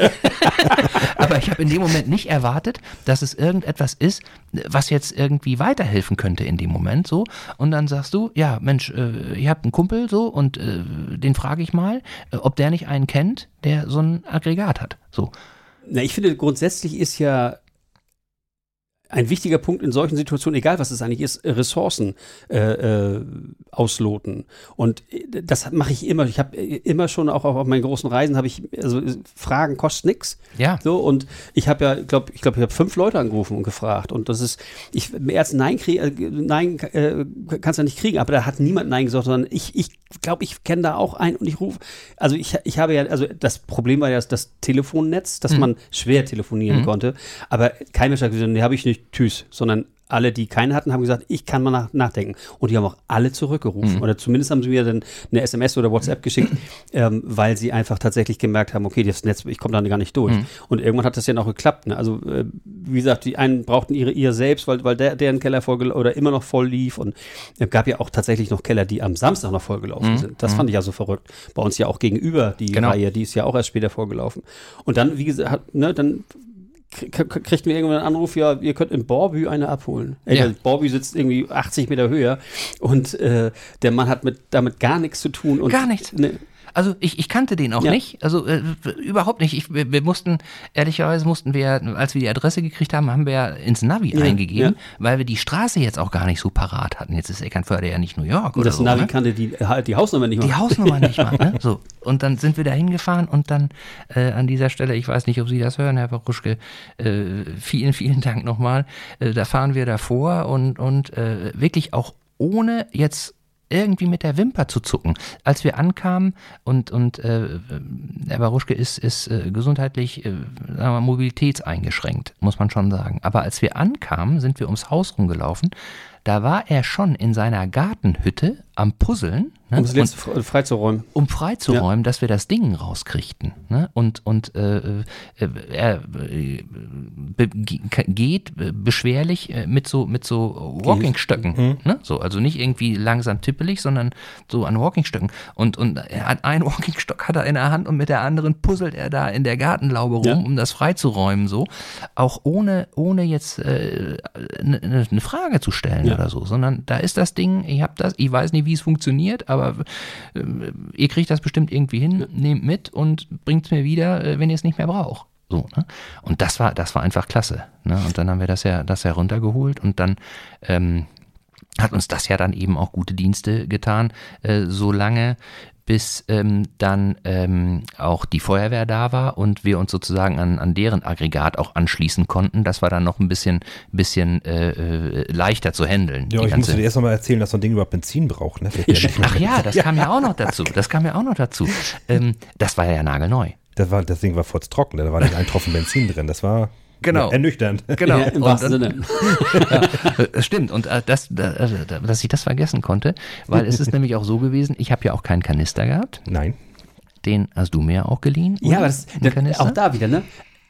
aber ich habe in dem Moment nicht erwartet, dass es irgendetwas ist, was jetzt irgendwie weiterhelfen könnte in dem Moment. So. Und dann sagst du, ja, Mensch, äh, ihr habt einen Kumpel so und äh, den frage ich mal, äh, ob der nicht einen kennt, der so ein Aggregat hat. So. Na, ich finde, grundsätzlich ist ja ein wichtiger Punkt in solchen Situationen, egal was es eigentlich ist, Ressourcen äh, äh, ausloten. Und das mache ich immer. Ich habe immer schon auch auf meinen großen Reisen habe ich, also Fragen kostet nichts. Ja. So, und ich habe ja, glaube ich, glaube ich habe fünf Leute angerufen und gefragt. Und das ist, ich erst Nein kriege, Nein äh, kannst du ja nicht kriegen, aber da hat niemand Nein gesagt, sondern ich, ich glaube, ich kenne da auch einen und ich rufe, also ich, ich habe ja, also das Problem war ja das Telefonnetz, dass mhm. man schwer telefonieren mhm. konnte, aber kein Mensch hat gesagt, nee, habe ich nicht, tschüss, sondern alle, die keinen hatten, haben gesagt, ich kann mal nach, nachdenken. Und die haben auch alle zurückgerufen. Mhm. Oder zumindest haben sie mir dann eine S M S oder WhatsApp geschickt, ähm, weil sie einfach tatsächlich gemerkt haben, okay, das Netz, ich komme da gar nicht durch. Mhm. Und irgendwann hat das ja noch geklappt. Ne? Also, äh, wie gesagt, die einen brauchten ihre ihr selbst, weil, weil der, deren Keller voll oder immer noch voll lief. Und es gab ja auch tatsächlich noch Keller, die am Samstag noch vollgelaufen mhm. sind. Das mhm. fand ich ja so verrückt. Bei uns ja auch gegenüber die genau. Reihe, die ist ja auch erst später vorgelaufen. Und dann, wie gesagt, ne, dann kriegten wir irgendwann einen Anruf, ja, ihr könnt in Borby eine abholen. Ey, ja. Borby sitzt irgendwie achtzig Meter höher und äh, der Mann hat mit, damit gar nichts zu tun. Und gar nichts. Ne, also ich, ich kannte den auch Ja. nicht, also äh, überhaupt nicht. Ich, wir, wir mussten, ehrlicherweise mussten wir, als wir die Adresse gekriegt haben, haben wir ja ins Navi Ja, eingegeben, ja. weil wir die Straße jetzt auch gar nicht so parat hatten. Jetzt ist Eckernförde ja nicht New York Und oder das so. Navi Ne? kannte die, die Hausnummer nicht mal. Die Hausnummer nicht mal. Ne? So. Und dann sind wir da hingefahren und dann äh, an dieser Stelle, ich weiß nicht, ob Sie das hören, Herr Waruschke, äh, vielen, vielen Dank nochmal. Äh, da fahren wir davor und, und äh, wirklich auch ohne jetzt irgendwie mit der Wimper zu zucken. Als wir ankamen und, und äh, Herr Waruschke ist, ist äh, gesundheitlich, äh, sagen wir mal, mobilitätseingeschränkt, muss man schon sagen. Aber als wir ankamen, sind wir ums Haus rumgelaufen. Da war er schon in seiner Gartenhütte am Puzzeln, ne? Um das Und- letzte fre- freizuräumen. um freizuräumen, dass wir das Ding rauskriegten. Ne? Und, und äh, äh, er äh, be ge geht äh, beschwerlich äh, mit so, mit so Walkingstöcken. Ne? So, also nicht irgendwie langsam tippelig, sondern so an Walkingstöcken. Und, und er hat einen Walkingstock hat er in der Hand und mit der anderen puzzelt er da in der Gartenlaube rum, Ja. um das freizuräumen. So. Auch ohne, ohne jetzt eine äh, ne, ne Frage zu stellen Ja. oder so, sondern da ist das Ding, ich habe das, ich weiß nicht, wie es funktioniert, aber äh, ihr kriegt das bestimmt irgendwie hin, nehmt mit und bringt es mir wieder, äh, wenn ihr es nicht mehr braucht. So, ne? Und das war, das war einfach klasse. Ne? Und dann haben wir das ja, das ja runtergeholt und dann ähm, hat uns das ja dann eben auch gute Dienste getan, äh, solange bis ähm, dann ähm, auch die Feuerwehr da war und wir uns sozusagen an, an deren Aggregat auch anschließen konnten. Das war dann noch ein bisschen, bisschen äh, äh, leichter zu handeln. Ja, die ich ganze- musste dir erst noch mal erzählen, dass so ein Ding überhaupt Benzin braucht. Ne? Fällt dir nicht mehr Ach ein. ja, das kam ja auch noch dazu. Das kam ja auch noch dazu. Ähm, das war ja nagelneu. Das, war, das Ding war furztrocken, da war nicht ein Tropfen Benzin drin. Das war Genau. ernüchternd. Genau. Ja, im Und wahrsten dann- Sinne. Äh, Stimmt, und äh, das, da, also, da- dass ich das vergessen konnte, weil es ist nämlich auch so gewesen, ich habe ja auch keinen Kanister gehabt, Nein. den hast du mir ja auch geliehen. Ja, oder? aber das, Den das, Kanister? auch da wieder, ne?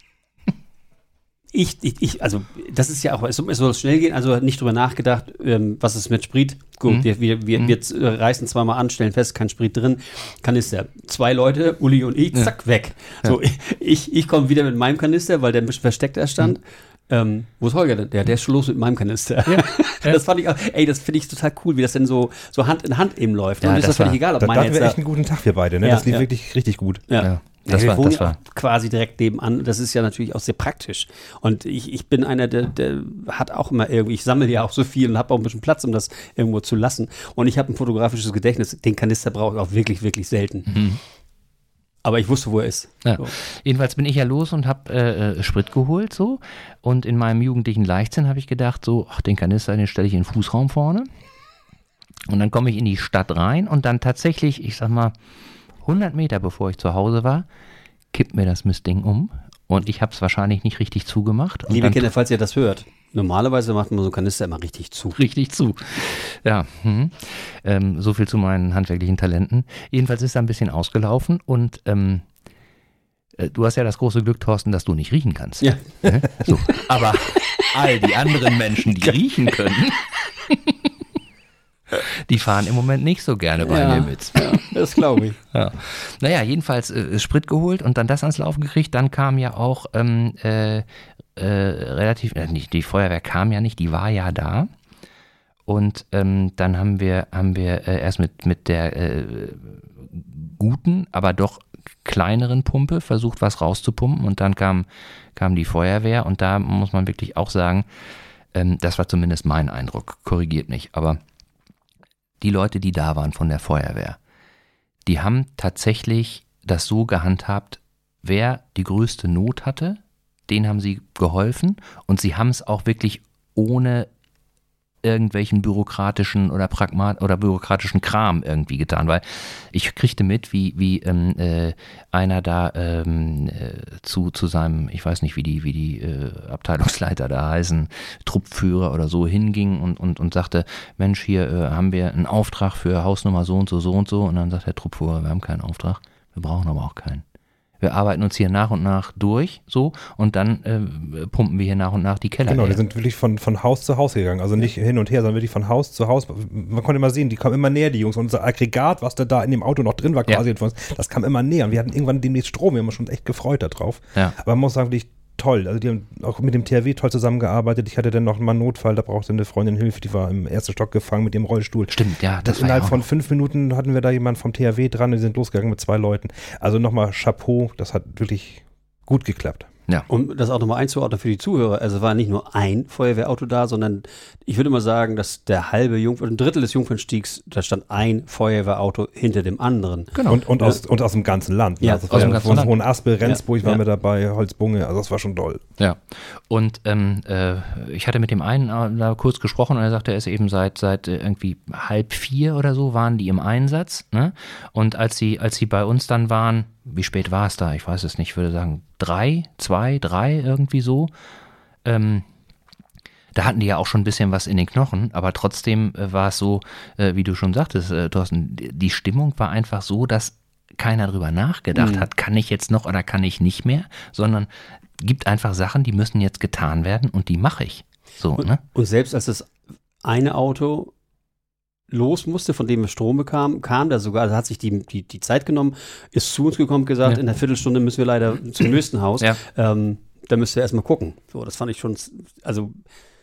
Ich, ich, ich, also das ist ja auch, es, es soll schnell gehen, also nicht drüber nachgedacht, ähm, was ist mit Sprit? Gut, Mhm. wir, wir, wir, Mhm. wir z- reißen zweimal an, stellen fest, kein Sprit drin, Kanister. Zwei Leute, Uli und ich, zack, weg. So, ich, ich komme wieder mit meinem Kanister, weil der ein bisschen versteckt da stand. Ähm, wo ist Holger denn? Der, der ist schon los mit meinem Kanister. Das fand ich auch, ey, das finde ich total cool, wie das denn so, so Hand in Hand eben läuft. Ja, und ist das das völlig war- egal, ob Da meiner hatten jetzt wir da, echt einen guten Tag, wir beide. Ne? Ja, das lief ja. wirklich richtig gut. Ja. Ja, Ja, das wir war, wohnen das ja war. auch quasi direkt nebenan. Das ist ja natürlich auch sehr praktisch. Und ich, ich bin einer, der, der hat auch immer irgendwie, ich sammle ja auch so viel und habe auch ein bisschen Platz, um das irgendwo zu lassen. Und ich habe ein fotografisches Gedächtnis. Den Kanister brauche ich auch wirklich, wirklich selten. Mhm. Aber ich wusste, wo er ist. Ja. So. Jedenfalls bin ich ja los und habe äh, äh, Sprit geholt so und in meinem jugendlichen Leichtsinn habe ich gedacht so, ach, den Kanister, den stelle ich in den Fußraum vorne und dann komme ich in die Stadt rein und dann tatsächlich, ich sag mal, hundert Meter bevor ich zu Hause war, kippt mir das Mistding um und ich habe es wahrscheinlich nicht richtig zugemacht. Und Liebe dann Kinder, falls ihr das hört, normalerweise macht man so einen Kanister immer richtig zu. richtig zu. Ja, hm. ähm, so viel zu meinen handwerklichen Talenten. Jedenfalls ist er ein bisschen ausgelaufen und ähm, äh, du hast ja das große Glück, Thorsten, dass du nicht riechen kannst. Ja. Ne? So. Aber all die anderen Menschen, die riechen können, die fahren im Moment nicht so gerne bei ja, mir mit. ja, das glaube ich. Ja. Naja, jedenfalls äh, Sprit geholt und dann das ans Laufen gekriegt. Dann kam ja auch ähm, äh, äh, relativ, äh, nicht, die Feuerwehr kam ja nicht, die war ja da. Und ähm, dann haben wir, haben wir äh, erst mit, mit der äh, guten, aber doch kleineren Pumpe versucht, was rauszupumpen. Und dann kam, kam die Feuerwehr und da muss man wirklich auch sagen, ähm, das war zumindest mein Eindruck, korrigiert mich, aber die Leute, die da waren von der Feuerwehr, die haben tatsächlich das so gehandhabt, wer die größte Not hatte, denen haben sie geholfen und sie haben es auch wirklich ohne irgendwelchen bürokratischen oder Pragmat oder bürokratischen Kram irgendwie getan, weil ich kriegte mit, wie wie ähm, äh, einer da ähm, äh, zu zu seinem, ich weiß nicht, wie die wie die äh, Abteilungsleiter da heißen, Truppführer oder so hinging und und und sagte, Mensch, hier äh, haben wir einen Auftrag für Hausnummer so und so so und so und dann sagt der Truppführer, wir haben keinen Auftrag, wir brauchen aber auch keinen. Wir arbeiten uns hier nach und nach durch, so, und dann äh, pumpen wir hier nach und nach die Keller Genau, leer. die sind wirklich von, von Haus zu Haus gegangen. Also nicht hin und her, sondern wirklich von Haus zu Haus. Man konnte immer sehen, die kamen immer näher, die Jungs. Und unser Aggregat, was da, da in dem Auto noch drin war, quasi, Ja. von uns, das kam immer näher. Und wir hatten irgendwann demnächst Strom. Wir haben uns schon echt gefreut darauf. Ja. Aber man muss sagen, wirklich toll. Also die haben auch mit dem T H W toll zusammengearbeitet. Ich hatte dann noch mal einen Notfall, da brauchte eine Freundin Hilfe, die war im ersten Stock gefangen mit dem Rollstuhl. Stimmt, ja. Das das innerhalb war von fünf Minuten hatten wir da jemanden vom T H W dran, wir sind losgegangen mit zwei Leuten. Also nochmal Chapeau, das hat wirklich gut geklappt. Ja. Um das auch nochmal einzuordnen für die Zuhörer, also es war nicht nur ein Feuerwehrauto da, sondern ich würde mal sagen, dass der halbe Jungfern, ein Drittel des Jungfernstiegs, da stand ein Feuerwehrauto hinter dem anderen. Genau. Und, und, ja. aus, und aus dem ganzen Land. Ja, also aus dem von, ganzen von Land. Hohenaspel, Rendsburg ja. waren ja. wir dabei, Holzbunge, also das war schon toll. Ja, und ähm, äh, ich hatte mit dem einen äh, da kurz gesprochen und er sagte, er ist eben seit seit äh, irgendwie halb vier oder so waren die im Einsatz, ne? Und als sie als sie bei uns dann waren, wie spät war es da? Ich weiß es nicht, ich würde sagen drei, zwei, drei irgendwie so. Ähm, da hatten die ja auch schon ein bisschen was in den Knochen, aber trotzdem äh, war es so, äh, wie du schon sagtest, äh, Thorsten, die Stimmung war einfach so, dass keiner drüber nachgedacht Mhm. hat, kann ich jetzt noch oder kann ich nicht mehr, sondern gibt einfach Sachen, die müssen jetzt getan werden und die mache ich. So, Und, ne? und selbst als das eine Auto los musste, von dem wir Strom bekamen, kam der sogar, also hat sich die, die, die Zeit genommen, ist zu uns gekommen und gesagt, Ja. in einer Viertelstunde müssen wir leider zum nächsten Haus. Ja. Ähm, da müsst ihr erstmal gucken. So, das fand ich schon, also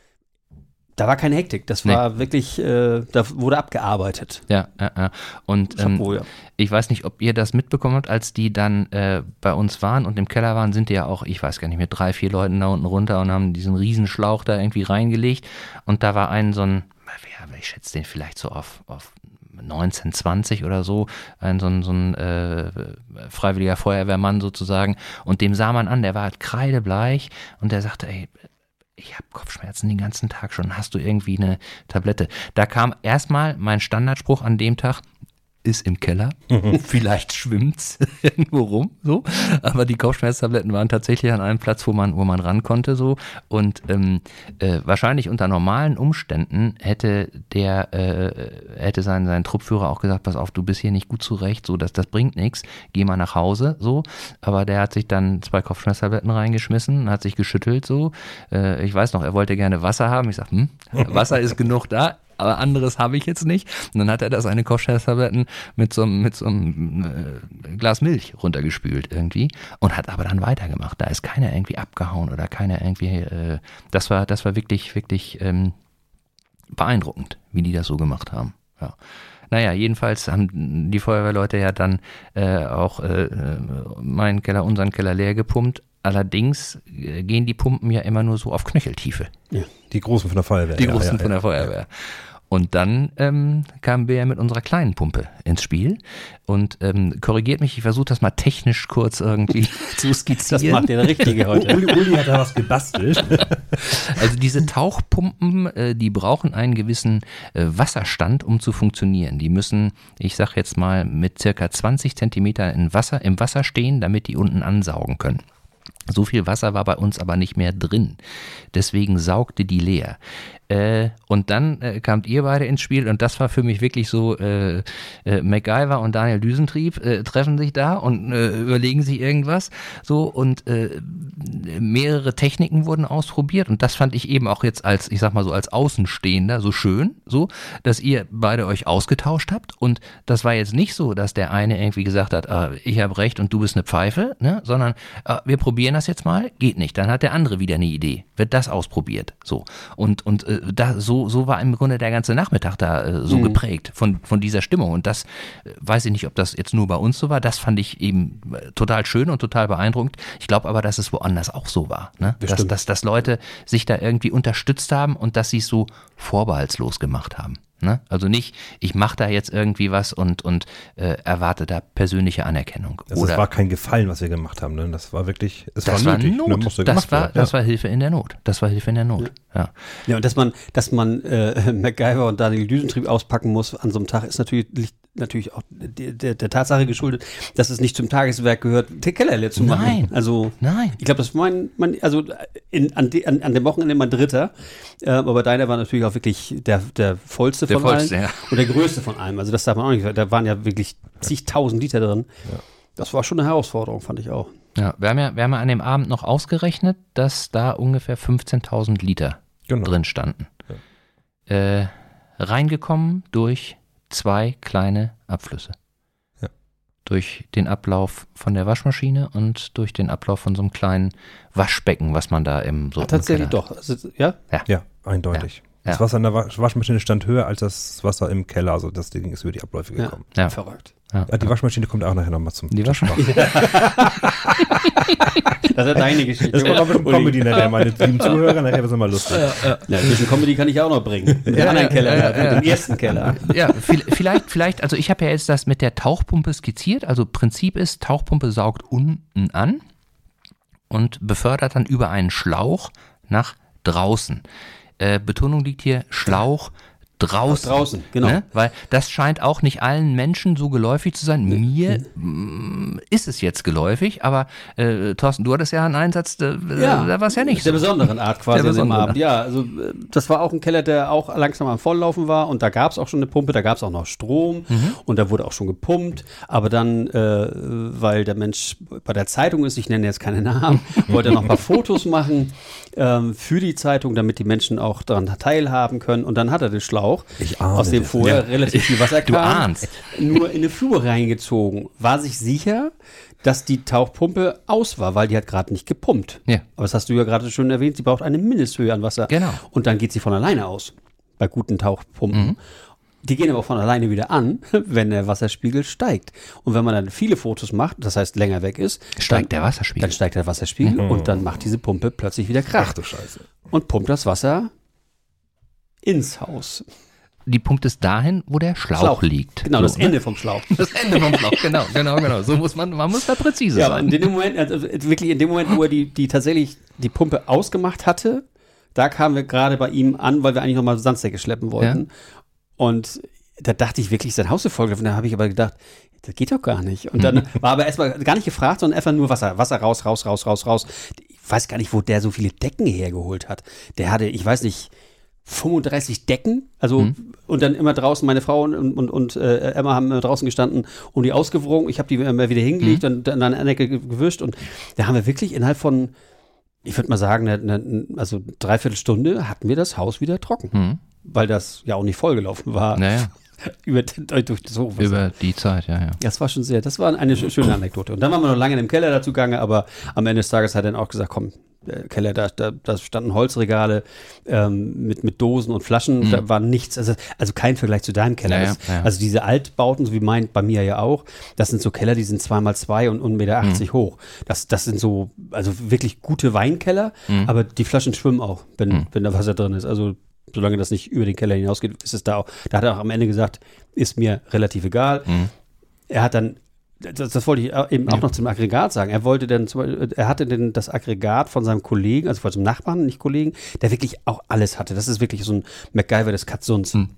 da war keine Hektik. Das war wirklich, äh, da wurde abgearbeitet. Ja, ja, ja. Und ähm, Chapeau, ja. ich weiß nicht, ob ihr das mitbekommen habt, als die dann äh, bei uns waren und im Keller waren, sind die ja auch, ich weiß gar nicht, mit drei, vier Leuten da unten runter und haben diesen Riesenschlauch da irgendwie reingelegt. Und da war ein so ein, ja, ich schätze den vielleicht so auf, auf neunzehn, zwanzig oder so, ein so ein, so ein äh, freiwilliger Feuerwehrmann sozusagen. Und dem sah man an, der war halt kreidebleich und der sagte, ey, ich habe Kopfschmerzen den ganzen Tag schon, hast du irgendwie eine Tablette? Da kam erstmal mein Standardspruch an dem Tag, ist im Keller, vielleicht schwimmt's irgendwo rum, so, aber die Kopfschmerztabletten waren tatsächlich an einem Platz, wo man, wo man ran konnte, so, und ähm, äh, wahrscheinlich unter normalen Umständen hätte der, äh, hätte sein, sein Truppführer auch gesagt, pass auf, du bist hier nicht gut zurecht, so, das, das bringt nichts, geh mal nach Hause, so, aber der hat sich dann zwei Kopfschmerztabletten reingeschmissen, hat sich geschüttelt, so, äh, ich weiß noch, er wollte gerne Wasser haben, ich sag, hm, Wasser ist genug da, aber anderes habe ich jetzt nicht. Und dann hat er da seine Kopfschmerztabletten mit so, einem- mit so einem äh, Glas Milch runtergespült irgendwie und hat aber dann weitergemacht. Da ist keiner irgendwie abgehauen oder keiner irgendwie, äh, das war, das war wirklich, wirklich ähm, beeindruckend, wie die das so gemacht haben. Ja. Naja, jedenfalls haben die Feuerwehrleute ja dann äh, auch äh, meinen Keller, unseren Keller leer gepumpt. Allerdings äh, gehen die Pumpen ja immer nur so auf Knöcheltiefe. Die Großen von der Feuerwehr. Die ja, Großen ja, von der Feuerwehr. Und dann ähm, kamen wir ja mit unserer kleinen Pumpe ins Spiel. Und ähm, korrigiert mich, ich versuche das mal technisch kurz irgendwie zu skizzieren. Das macht der Richtige heute. Uli, Uli hat da was gebastelt. Also diese Tauchpumpen, äh, die brauchen einen gewissen äh, Wasserstand, um zu funktionieren. Die müssen, ich sag jetzt mal, mit circa zwanzig Zentimeter in Wasser, im Wasser stehen, damit die unten ansaugen können. So viel Wasser war bei uns aber nicht mehr drin. Deswegen saugte die leer. Äh, und dann äh, kamt ihr beide ins Spiel und das war für mich wirklich so, äh, äh, MacGyver und Daniel Düsentrieb äh, treffen sich da und äh, überlegen sich irgendwas. So und äh, mehrere Techniken wurden ausprobiert und das fand ich eben auch jetzt als, ich sag mal so, als Außenstehender so schön, so, dass ihr beide euch ausgetauscht habt und das war jetzt nicht so, dass der eine irgendwie gesagt hat, ah, ich habe recht und du bist eine Pfeife, ne? Sondern ah, wir probieren das jetzt mal, geht nicht. Dann hat der andere wieder eine Idee, wird das ausprobiert, so. Und, und äh, da, so, so war im Grunde der ganze Nachmittag da äh, so Mhm. geprägt von, von dieser Stimmung und das, äh, weiß ich nicht, ob das jetzt nur bei uns so war, das fand ich eben äh, total schön und total beeindruckend. Ich glaube aber, dass es woanders auch so war, ne? Dass, Bestimmt. dass, dass Leute sich da irgendwie unterstützt haben und dass sie es so vorbehaltslos gemacht haben. Ne? Also nicht, ich mache da jetzt irgendwie was und, und äh, erwarte da persönliche Anerkennung. Also Oder das war kein Gefallen, was wir gemacht haben. Ne? Das war wirklich, es das war war nötig. Not. Ne? Musste Das gemacht war, werden. das Ja. war Hilfe in der Not. Das war Hilfe in der Not. Ja. Ja, und dass man, dass man äh, MacGyver und Daniel Düsentrieb auspacken muss an so einem Tag, ist natürlich, natürlich auch der, der, der Tatsache geschuldet, dass es nicht zum Tageswerk gehört, den Keller leer zu machen. Nein. Also Nein. ich glaube, das ist mein, mein also in, an, de, an, an dem Wochenende mein dritter, äh, aber deiner war natürlich auch wirklich der, der vollste Der von vollste, allen ja. und der größte von allem. Also das darf man auch nicht, da waren ja wirklich zigtausend Liter drin. Ja. Das war schon eine Herausforderung, fand ich auch. Ja, wir haben ja, wir haben ja an dem Abend noch ausgerechnet, dass da ungefähr fünfzehntausend Liter Genau. drin standen. Äh, reingekommen durch zwei kleine Abflüsse. Ja. durch den Ablauf von der Waschmaschine und durch den Ablauf von so einem kleinen Waschbecken, was man da im so Ach, tatsächlich doch. Also, ja? Ja. Ja, eindeutig. Ja. Das Wasser in der Wasch- Waschmaschine stand höher als das Wasser im Keller. Also das Ding ist über die Abläufe gekommen. Ja. Ja. Verrückt. Ja. Ja, die Waschmaschine kommt auch nachher nochmal zum Die Waschmaschine. Das ist deine Geschichte. Das kommt auch mit dem Comedy nachher, meine lieben Zuhörer. Nachher wird es immer lustig. Ja, ein bisschen Comedy kann ich auch noch bringen. Mit dem Ja, anderen ja, Keller, ja, ja. mit dem ersten Keller. Ja, viel- vielleicht, vielleicht, also ich habe ja jetzt das mit der Tauchpumpe skizziert. Also Prinzip ist, Tauchpumpe saugt unten an und befördert dann über einen Schlauch nach draußen. Äh, Betonung liegt hier, Schlauch draußen. Ach, draußen, genau. Ne? Weil das scheint auch nicht allen Menschen so geläufig zu sein. Mir mm, ist es jetzt geläufig, aber äh, Thorsten, du hattest ja einen Einsatz, äh, da war es ja nicht Der so. besonderen Art quasi Der an dem besonderen Abend. Ja, also äh, das war auch ein Keller, der auch langsam am Volllaufen war und da gab es auch schon eine Pumpe, da gab es auch noch Strom und da wurde auch schon gepumpt, aber dann, äh, weil der Mensch bei der Zeitung ist, ich nenne jetzt keine Namen, wollte er noch ein paar Fotos machen ähm, für die Zeitung, damit die Menschen auch daran teilhaben können und dann hat er den Schlauch, Ich ahne aus dem das. vorher relativ viel Wasser kam, Du ahnst. nur in eine Flur reingezogen, war sich sicher, dass die Tauchpumpe aus war, weil die hat gerade nicht gepumpt. Ja. Aber das hast du ja gerade schon erwähnt, sie braucht eine Mindesthöhe an Wasser. Genau. Und dann geht sie von alleine aus, bei guten Tauchpumpen. Die gehen aber auch von alleine wieder an, wenn der Wasserspiegel steigt. Und wenn man dann viele Fotos macht, das heißt länger weg ist, Steigt dann, der Wasserspiegel. dann steigt der Wasserspiegel und dann macht diese Pumpe plötzlich wieder Krach. Ach du Scheiße. Und pumpt das Wasser ins Haus. Die pumpt es dahin, wo der Schlauch, liegt. Genau, So, das ne? Ende vom Schlauch. Das Ende vom Schlauch, genau, genau, genau. So muss man, man muss da präzise Ja, aber sein. in dem Moment, also wirklich in dem Moment, wo er die, die tatsächlich die Pumpe ausgemacht hatte, da kamen wir gerade bei ihm an, weil wir eigentlich nochmal Sandsäcke schleppen wollten. Und da dachte ich wirklich, sein Haus ist vollgelaufen. Da habe ich aber gedacht, das geht doch gar nicht. Und dann war aber erstmal gar nicht gefragt, sondern einfach nur Wasser. Wasser raus, raus, raus, raus, raus. Ich weiß gar nicht, wo der so viele Decken hergeholt hat. Der hatte, ich weiß nicht, fünfunddreißig Decken, also Mhm. und dann immer draußen, meine Frau und, und, und äh, Emma haben immer draußen gestanden und die ausgewrungen. Ich habe die immer wieder hingelegt Mhm. und dann an der Ecke ge- gewischt und da haben wir wirklich innerhalb von, ich würde mal sagen, eine, eine, also dreiviertel Stunde hatten wir das Haus wieder trocken, Mhm. weil das ja auch nicht vollgelaufen war Naja, über, durch das Hochwasser. über die Zeit, ja, ja. Das war schon sehr, das war eine sch- schöne Anekdote. Und dann waren wir noch lange im Keller dazu gegangen, aber am Ende des Tages hat er dann auch gesagt, komm, der Keller, da, da, da standen Holzregale ähm, mit, mit Dosen und Flaschen, da war nichts, also, also kein Vergleich zu deinem Keller. Ja, ja, Das, ja. Also diese Altbauten, so wie mein, bei mir ja auch, das sind so Keller, die sind zwei mal zwei und, und eins Komma achtzig Mhm. hoch. Das, das sind so, also wirklich gute Weinkeller, Mhm. aber die Flaschen schwimmen auch, wenn, wenn da Wasser drin ist. Also solange das nicht über den Keller hinausgeht, ist es da auch. Da hat er auch am Ende gesagt, ist mir relativ egal. Mhm. Er hat dann, das, das wollte ich eben auch noch zum Aggregat sagen, er wollte dann, zum Beispiel, er hatte dann das Aggregat von seinem Kollegen, also von seinem Nachbarn, nicht Kollegen, der wirklich auch alles hatte. Das ist wirklich so ein MacGyver des Katzuns. Mhm.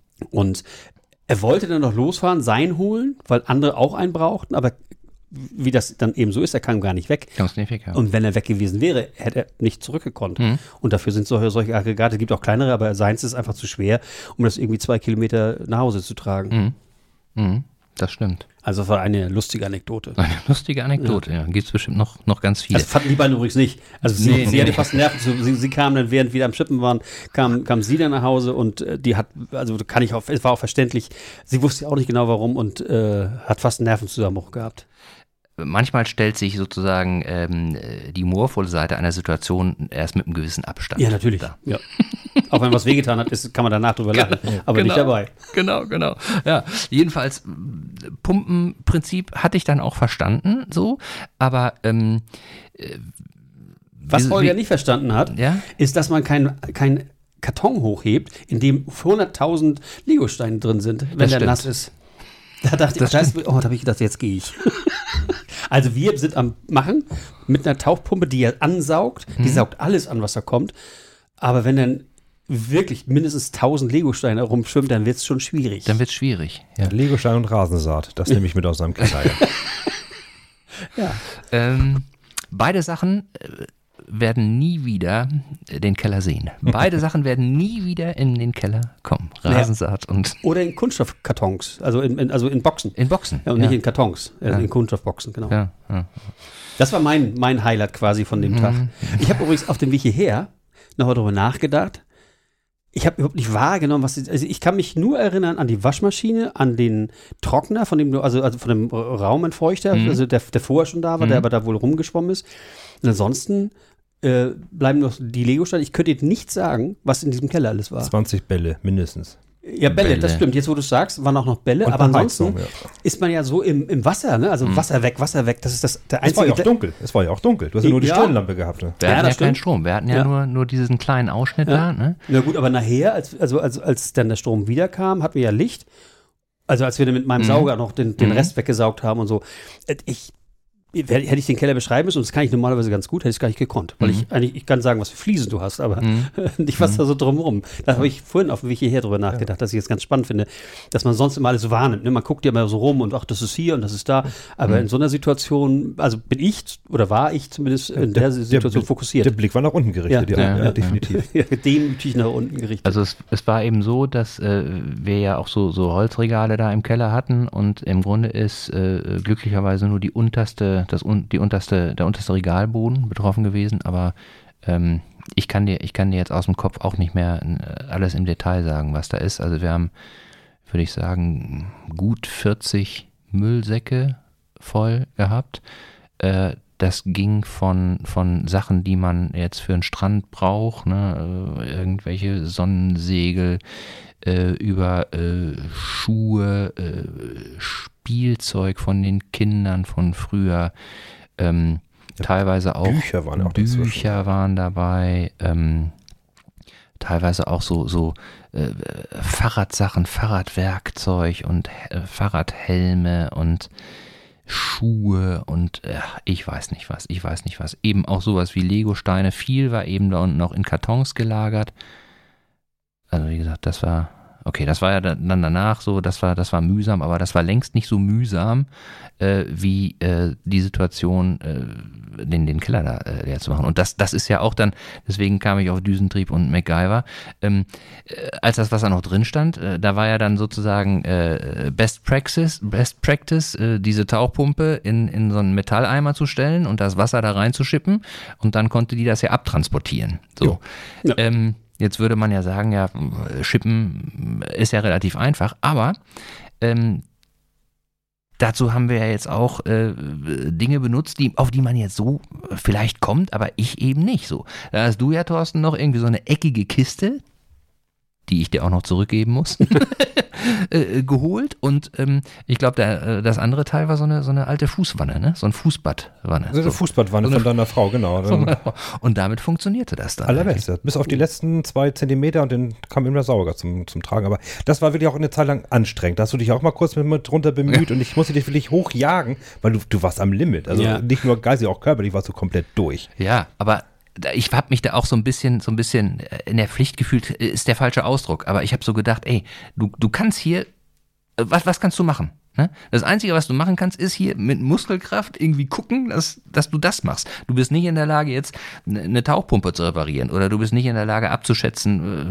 Und er wollte dann noch losfahren, sein holen, weil andere auch einen brauchten, aber wie das dann eben so ist, er kam gar nicht weg. Ganz nicht weg, ja. Und wenn er weg gewesen wäre, hätte er nicht zurückgekonnt. Mhm. Und dafür sind solche, solche Aggregate, es gibt auch kleinere, aber seins ist einfach zu schwer, um das irgendwie zwei Kilometer nach Hause zu tragen. Mhm. Mhm. Das stimmt. Also das war eine lustige Anekdote. Eine lustige Anekdote, ja. Gibt es bestimmt noch, noch ganz viele. Das fanden die beiden übrigens nicht. Also sie, Nee, sie nee, hatte nee. fast Nerven. zu- Sie, sie kam dann, während wir am Schippen waren, kam, kam sie dann nach Hause und äh, die hat, also kann ich auch, es war auch verständlich, sie wusste auch nicht genau warum und äh, hat fast einen Nervenzusammenbruch gehabt. Manchmal stellt sich sozusagen ähm, äh, die humorvolle Seite einer Situation erst mit einem gewissen Abstand. Ja, natürlich. dar. Ja. Auch wenn was wehgetan hat, ist, kann man danach drüber lachen, aber Genau. nicht dabei. Genau, genau. Ja, jedenfalls äh, Pumpenprinzip hatte ich dann auch verstanden, so, aber ähm, Was wie- Holger wie- nicht verstanden hat, ja, ist, dass man kein, kein Karton hochhebt, in dem hunderttausend Legosteine drin sind, wenn Das der stimmt. nass ist. Da dachte ich, Das da ist, oh, da habe ich gedacht, jetzt gehe ich. Also wir sind am Machen mit einer Tauchpumpe, die ja ansaugt, Mhm. die saugt alles an, was da kommt. Aber wenn dann wirklich mindestens tausend Legosteine rumschwimmen, dann wird es schon schwierig. dann wird es schwierig. Ja. Legostein und Rasensaat, das nehme ich mit aus seinem Keller. Ja. ja. Ähm, beide Sachen äh, werden nie wieder äh, den Keller sehen. Beide Sachen werden nie wieder in den Keller kommen. Rasensaat und Oder in Kunststoffkartons, also in, in, also in Boxen. in Boxen. Ja, und nicht in Kartons, äh, Ja. in Kunststoffboxen, genau. ja, ja. Das war mein, mein Highlight quasi von dem Tag. Ich habe übrigens auf dem Weg hierher noch mal darüber nachgedacht. Ich habe überhaupt nicht wahrgenommen, was. Also ich kann mich nur erinnern an die Waschmaschine, an den Trockner, von dem du, also, also von dem Raumentfeuchter, mhm. also der, der vorher schon da war, mhm. der aber da wohl rumgeschwommen ist. Und ansonsten äh, bleiben noch die Lego-Steine. Ich könnte dir nicht sagen, was in diesem Keller alles war. zwanzig Bälle, mindestens. Ja, Bälle, Bälle, das stimmt. Jetzt, wo du es sagst, waren auch noch Bälle. Und aber ansonsten Heizung, ja. ist man ja so im, im Wasser, ne? Also mhm. Wasser weg, Wasser weg. Das ist das der einzige. Es war ja auch dunkel. Es war ja auch dunkel. Du hast ja nur die ja. Stirnlampe gehabt. Ne? Wir ja, hatten ja stimmt. keinen Strom. Wir hatten ja, ja. Nur, nur diesen kleinen Ausschnitt ja. da. Ne? Na gut, aber nachher, als, also, als, als dann der Strom wiederkam, hatten wir ja Licht. Also als wir dann mit meinem mhm. Sauger noch den, den mhm. Rest weggesaugt haben und so. Ich Hätte ich den Keller beschreiben müssen, und das kann ich normalerweise ganz gut, hätte ich es gar nicht gekonnt. Weil mhm. ich eigentlich, ich kann sagen, was für Fliesen du hast, aber mhm. nicht was da so drumherum. Da habe ich vorhin auf dem Weg hierher drüber nachgedacht, ja. dass ich es ganz spannend finde, dass man sonst immer alles so wahrnimmt. Ne? Man guckt ja immer so rum und ach, das ist hier und das ist da. Aber mhm. in so einer Situation, also bin ich, oder war ich zumindest in der, der Situation der, fokussiert. Der Blick war nach unten gerichtet, ja, ja, ja, ja definitiv. Ja, demütig nach unten gerichtet. Also es, es war eben so, dass äh, wir ja auch so, so Holzregale da im Keller hatten und im Grunde ist äh, glücklicherweise nur die unterste, das, die unterste der unterste Regalboden betroffen gewesen, aber ähm, ich kann dir, ich kann dir jetzt aus dem Kopf auch nicht mehr alles im Detail sagen, was da ist. Also wir haben, würde ich sagen, gut vierzig Müllsäcke voll gehabt. Äh, das ging von, von Sachen, die man jetzt für einen Strand braucht, ne, äh, irgendwelche Sonnensegel, äh, über äh, Schuhe, äh, Spielzeug von den Kindern von früher. Ähm, ja, teilweise auch Bücher waren, auch Bücher waren dabei, ähm, teilweise auch so, so äh, Fahrradsachen, Fahrradwerkzeug und äh, Fahrradhelme und Schuhe und äh, ich weiß nicht was, ich weiß nicht was. Eben auch sowas wie Legosteine, viel war eben da unten noch in Kartons gelagert. Also wie gesagt, das war... Okay, das war ja dann danach so, das war, das war mühsam, aber das war längst nicht so mühsam, äh, wie äh, die Situation, äh, den, den Keller da äh, leer zu machen. Und das, das ist ja auch dann, deswegen kam ich auf Düsentrieb und MacGyver, ähm, äh, als das Wasser noch drin stand, äh, da war ja dann sozusagen äh, Best Practice, Best Practice äh, diese Tauchpumpe in, in so einen Metalleimer zu stellen und das Wasser da reinzuschippen und dann konnte die das ja abtransportieren. So. Ja. Ähm, Jetzt würde man ja sagen, ja, Schippen ist ja relativ einfach, aber ähm, dazu haben wir ja jetzt auch äh, Dinge benutzt, die, auf die man jetzt so vielleicht kommt, aber ich eben nicht so. Da hast du ja, Thorsten, noch irgendwie so eine eckige Kiste, die ich dir auch noch zurückgeben muss, äh, geholt und ähm, ich glaube, äh, das andere Teil war so eine, so eine alte Fußwanne, ne? So ein Fußbadwanne. So eine Fußbadwanne so eine, von deiner Frau, genau. Und damit funktionierte das dann. Allerbeste. Bis auf die letzten zwei Zentimeter und dann kam immer der Sauger zum, zum Tragen. Aber das war wirklich auch eine Zeit lang anstrengend. Da hast du dich auch mal kurz mit, mit runter bemüht ja. und ich musste dich wirklich hochjagen, weil du, du warst am Limit. Also ja. nicht nur geistig, auch körperlich warst du komplett durch. Ja, aber ich habe mich da auch so ein bisschen, so ein bisschen in der Pflicht gefühlt, ist der falsche Ausdruck, aber ich habe so gedacht, ey, du, du kannst hier, was, was kannst du machen? Ne? Das Einzige, was du machen kannst, ist hier mit Muskelkraft irgendwie gucken, dass, dass du das machst. Du bist nicht in der Lage, jetzt eine Tauchpumpe zu reparieren oder du bist nicht in der Lage abzuschätzen,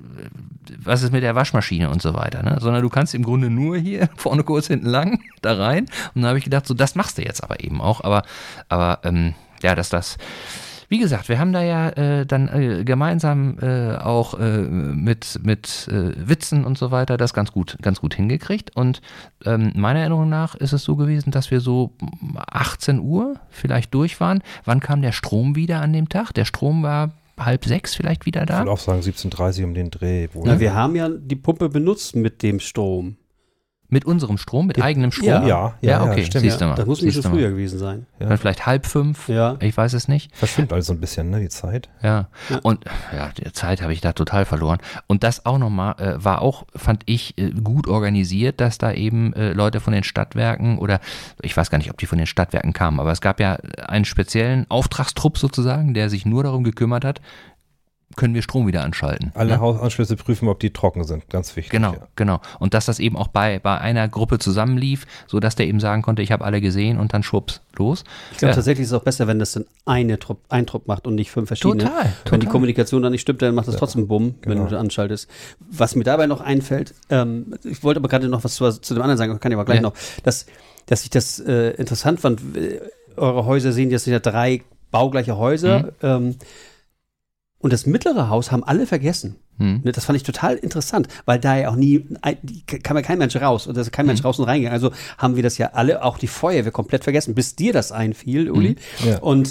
was ist mit der Waschmaschine und so weiter, ne? Sondern du kannst im Grunde nur hier vorne kurz, hinten lang, da rein und dann habe ich gedacht, so das machst du jetzt aber eben auch, aber, aber ähm, ja, dass das Wie gesagt, wir haben da ja äh, dann äh, gemeinsam äh, auch äh, mit, mit äh, Witzen und so weiter das ganz gut, ganz gut hingekriegt. Und ähm, meiner Erinnerung nach ist es so gewesen, dass wir so achtzehn Uhr vielleicht durch waren. Wann kam der Strom wieder an dem Tag? Der Strom war halb sechs vielleicht wieder da? Ich würde auch sagen siebzehn Uhr dreißig um den Dreh. Na, wir haben ja die Pumpe benutzt mit dem Strom. Mit unserem Strom, mit ja, eigenem Strom? Ja, ja, ja, okay, ja, stimmt. Siehst du mal. Das muss nicht schon früher gewesen sein. Ja. Dann vielleicht halb fünf, ja. Ich weiß es nicht. Verschwimmt also ein bisschen, ne, die Zeit. Ja, ja. Und ja, die Zeit habe ich da total verloren. Und das auch nochmal, äh, war auch, fand ich, äh, gut organisiert, dass da eben äh, Leute von den Stadtwerken oder, ich weiß gar nicht, ob die von den Stadtwerken kamen, aber es gab ja einen speziellen Auftragstrupp sozusagen, der sich nur darum gekümmert hat, können wir Strom wieder anschalten. Alle ne? Hausanschlüsse prüfen, ob die trocken sind, ganz wichtig. Genau, ja. genau. Und dass das eben auch bei, bei einer Gruppe zusammenlief, sodass der eben sagen konnte, ich habe alle gesehen und dann schwupps, los. Ich glaube ja. tatsächlich ist es auch besser, wenn das dann eine Trupp, ein Trupp macht und nicht fünf verschiedene. Total, Wenn total. die Kommunikation dann nicht stimmt, dann macht das ja, trotzdem Bumm, genau. wenn du anschaltest. Was mir dabei noch einfällt, ähm, ich wollte aber gerade noch was zu, zu dem anderen sagen, kann ich aber gleich ja. noch, dass, dass ich das äh, interessant fand. Eure Häuser sehen, das sind ja drei baugleiche Häuser, mhm. ähm, und das mittlere Haus haben alle vergessen. Hm. Das fand ich total interessant, weil da ja auch nie, kam ja kein Mensch raus und da ist kein Mensch hm. raus und reingegangen. Also haben wir das ja alle, auch die Feuerwehr, komplett vergessen, bis dir das einfiel, Uli. Hm. Ja. Und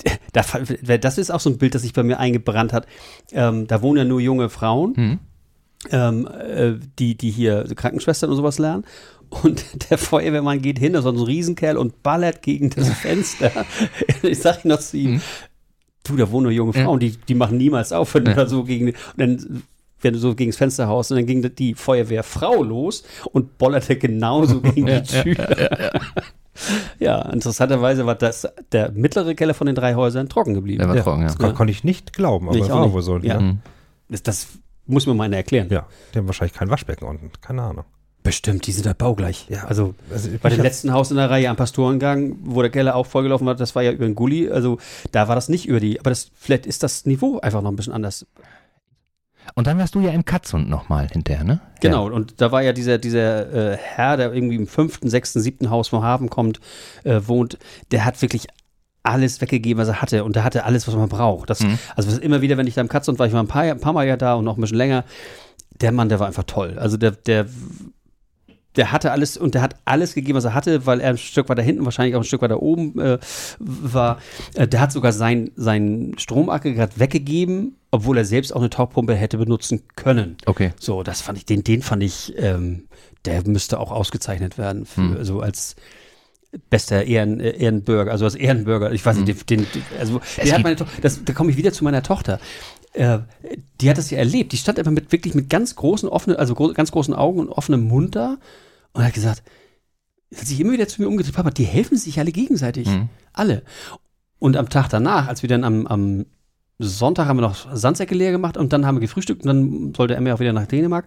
das ist auch so ein Bild, das sich bei mir eingebrannt hat. Ähm, da wohnen ja nur junge Frauen, hm. ähm, äh, die, die hier Krankenschwestern und sowas lernen. Und der Feuerwehrmann geht hin, da ist so ein Riesenkerl und ballert gegen das Fenster. Ich sag noch zu ihm, hm. du, da wohnen nur junge Frauen, ja. die, die machen niemals auf, wenn ja. du da so gegen, und dann, wenn du so gegen das Fenster haust, und dann ging die Feuerwehrfrau los und bollerte genauso gegen die Tür. Ja, ja, ja, ja. Ja, interessanterweise war das der mittlere Keller von den drei Häusern trocken geblieben. Der war ja, trocken, ja. Das ja. konnte ich nicht glauben, aber ich war wohl so. Ja. Ne? Das, das muss mir mal einer erklären. Ja, die haben wahrscheinlich kein Waschbecken unten, keine Ahnung. Bestimmt, die sind da baugleich. Ja, also, also bei dem letzten Haus in der Reihe am Pastorengang, wo der Keller auch vollgelaufen war, das war ja über den Gully, also da war das nicht über die, aber das, vielleicht ist das Niveau einfach noch ein bisschen anders. Und dann warst du ja im Katzhund nochmal hinterher, ne? Genau, ja. und da war ja dieser, dieser äh, Herr, der irgendwie im fünften, sechsten, siebten Haus vom Hafen kommt, äh, wohnt, der hat wirklich alles weggegeben, was er hatte, und der hatte alles, was man braucht. Das, mhm. Also das immer wieder, wenn ich da im Katzhund war, ich war ein paar, ein paar Mal ja da und noch ein bisschen länger, der Mann, der war einfach toll. Also der, der Der hatte alles und der hat alles gegeben, was er hatte, weil er ein Stück weiter hinten, wahrscheinlich auch ein Stück weiter oben äh, war. Äh, der hat sogar sein, sein Stromaggregat weggegeben, obwohl er selbst auch eine Tauchpumpe hätte benutzen können. Okay. So, das fand ich, den, den fand ich, ähm, der müsste auch ausgezeichnet werden, für, hm. also als bester Ehren, äh, Ehrenbürger, also als Ehrenbürger. Ich weiß hm. nicht, den, den, also der hat meine To- das, da komme ich wieder zu meiner Tochter. Äh, die hat das ja erlebt. Die stand einfach mit wirklich mit ganz großen offenen, also gro- ganz großen Augen und offenem Mund da und hat gesagt, hat sich immer wieder zu mir umgedreht, Papa, die helfen sich alle gegenseitig. Mhm. Alle. Und am Tag danach, als wir dann am, am Sonntag haben wir noch Sandsäcke leer gemacht und dann haben wir gefrühstückt und dann sollte Emma auch wieder nach Dänemark.